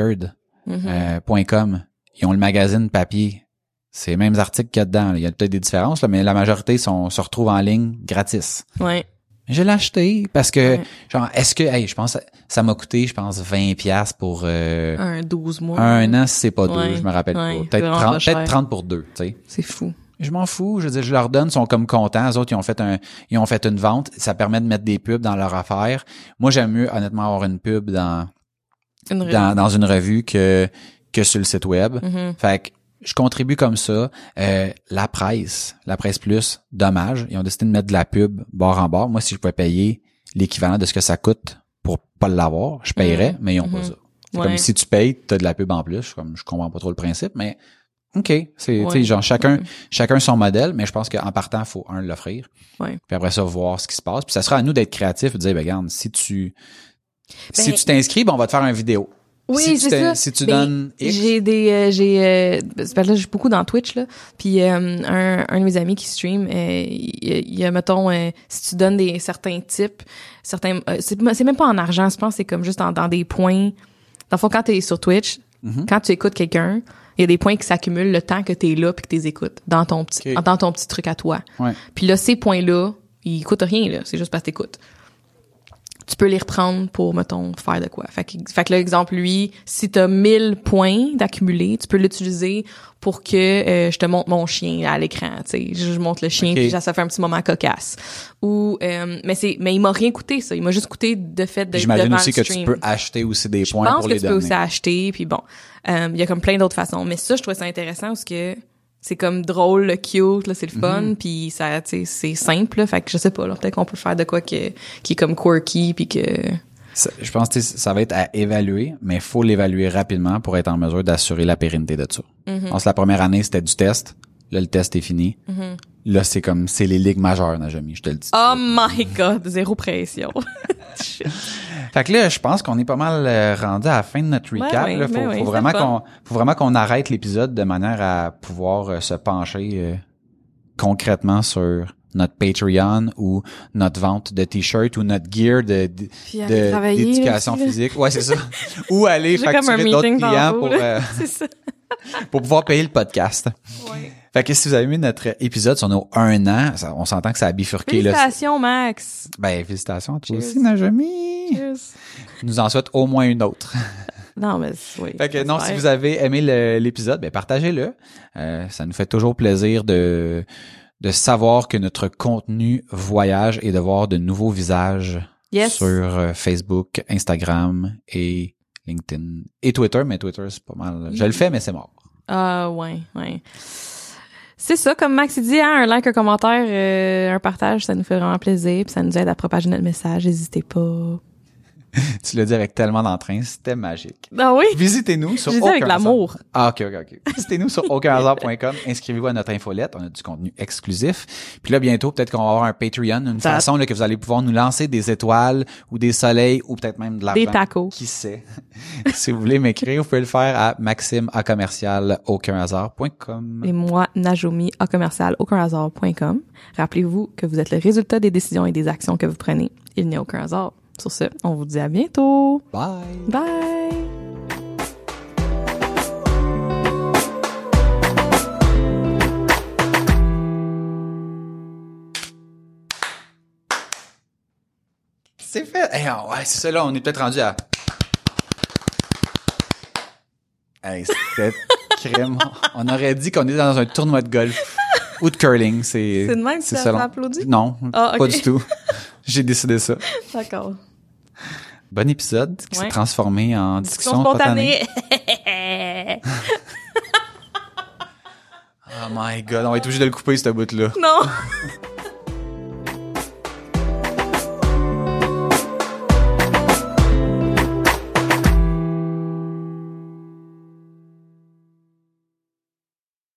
Wired.com. Ils ont le magazine papier. C'est les mêmes articles qu'il y a dedans. Il y a peut-être des différences, là, mais la majorité se retrouvent en ligne gratis. Ouais. Je l'ai acheté parce que, genre, est-ce que, je pense, ça m'a coûté, 20$ pour, un 12 mois. Un an, si c'est pas 2, je me rappelle pas. Peut-être 30 pour 2, tu sais. C'est fou. Je m'en fous. Je veux dire, je leur donne, ils sont comme contents. Les autres, ils ont fait une vente. Ça permet de mettre des pubs dans leur affaire. Moi, j'aime mieux, honnêtement, avoir une pub dans une revue que sur le site web. Fait que, je contribue comme ça. La presse plus, dommage. Ils ont décidé de mettre de la pub bord en bord. Moi, si je pouvais payer l'équivalent de ce que ça coûte pour pas l'avoir, je paierais, mais ils ont pas ça. C'est comme si tu payes, t'as de la pub en plus. Je comprends pas trop le principe, mais OK. C'est, tu sais, genre, chacun son modèle, mais je pense qu'en partant, il faut l'offrir. Ouais. Puis après ça, voir ce qui se passe. Puis ça sera à nous d'être créatifs et de dire, ben, regarde, si tu t'inscris, on va te faire une vidéo. Oui, c'est ça. Si tu donnes X. Là, je suis beaucoup dans Twitch, là. Puis, un de mes amis qui stream, il y a, mettons, si tu donnes certains types, c'est même pas en argent, je pense, c'est comme juste dans des points. Dans le fond, quand t'es sur Twitch, quand tu écoutes quelqu'un, il y a des points qui s'accumulent le temps que t'es là puis que t'es écoutes dans ton petit truc à toi. Ouais. Puis là, ces points-là, ils coûtent rien, là. C'est juste parce que t'écoutes. Tu peux les reprendre pour, mettons, faire de quoi. Fait que l'exemple, lui, si t'as 1000 points d'accumuler, tu peux l'utiliser pour que je te montre mon chien à l'écran, tu sais. Je montre le chien puis ça fait un petit moment cocasse. Ou mais il m'a rien coûté ça, il m'a juste coûté de fait de J'imagine aussi que tu peux acheter aussi des points pour les donner. Je pense que tu peux aussi acheter puis bon, il y a comme plein d'autres façons, mais ça je trouvais ça intéressant parce que c'est comme drôle, cute, là, c'est le fun, puis ça, tu sais, c'est simple, là, fait que je sais pas, là, peut-être qu'on peut faire de quoi qui est comme quirky, puis que... Je pense que ça va être à évaluer, mais il faut l'évaluer rapidement pour être en mesure d'assurer la pérennité de ça. Je pense que la première année, c'était du test. Là, le test est fini. Là, c'est les ligues majeures, Najami, je te le dis. Oh my God, zéro pression. Fait que là, je pense qu'on est pas mal rendu à la fin de notre recap. Là, faut vraiment qu'on arrête l'épisode de manière à pouvoir se pencher concrètement sur notre Patreon ou notre vente de t-shirts ou notre gear d'éducation physique. Ouais, c'est ça. Ou aller facturer d'autres clients pour pouvoir payer le podcast. Ouais. Fait que si vous avez aimé notre épisode sur nos 1 an, on s'entend que ça a bifurqué. Félicitations, Max. Ben, félicitations à toi aussi, Najami. Cheers. Je nous en souhaite au moins une autre. Non, mais oui. Fait que non, si vous avez aimé l'épisode, ben partagez-le. Ça nous fait toujours plaisir de savoir que notre contenu voyage et de voir de nouveaux visages sur Facebook, Instagram et LinkedIn et Twitter, mais Twitter, c'est pas mal. Je le fais, mais c'est mort. Ah, ouais. C'est ça, comme Max il dit, hein, un like, un commentaire, un partage, ça nous fait vraiment plaisir, puis ça nous aide à propager notre message. N'hésitez pas. Tu l'as dit avec tellement d'entrain, c'était magique. Ah oui? Visitez-nous sur Je dis avec l'amour. Ah, ok. Visitez-nous sur aucunhasard.com. Inscrivez-vous à notre infolette. On a du contenu exclusif. Puis là, bientôt, peut-être qu'on va avoir un Patreon, une façon là, que vous allez pouvoir nous lancer des étoiles ou des soleils ou peut-être même de l'argent. Des tacos. Qui sait? Si vous voulez m'écrire, vous pouvez le faire à maxime@aucunhasard.com. Et moi, Najomi, @aucunhasard.com. Rappelez-vous que vous êtes le résultat des décisions et des actions que vous prenez. Il n'y a aucun hasard. Sur ce, on vous dit à bientôt. Bye. Bye. C'est fait. Hey, ouais, c'est ça là, on est peut-être rendu à... Hey, c'était crème. On aurait dit qu'on était dans un tournoi de golf ou de curling. C'est de même que tu as applaudi? Non, okay. Pas du tout. J'ai décidé ça. D'accord. Bon épisode qui s'est transformé en discussion spontanée. Oh my God, on va être obligé de le couper, ce bout-là. Non!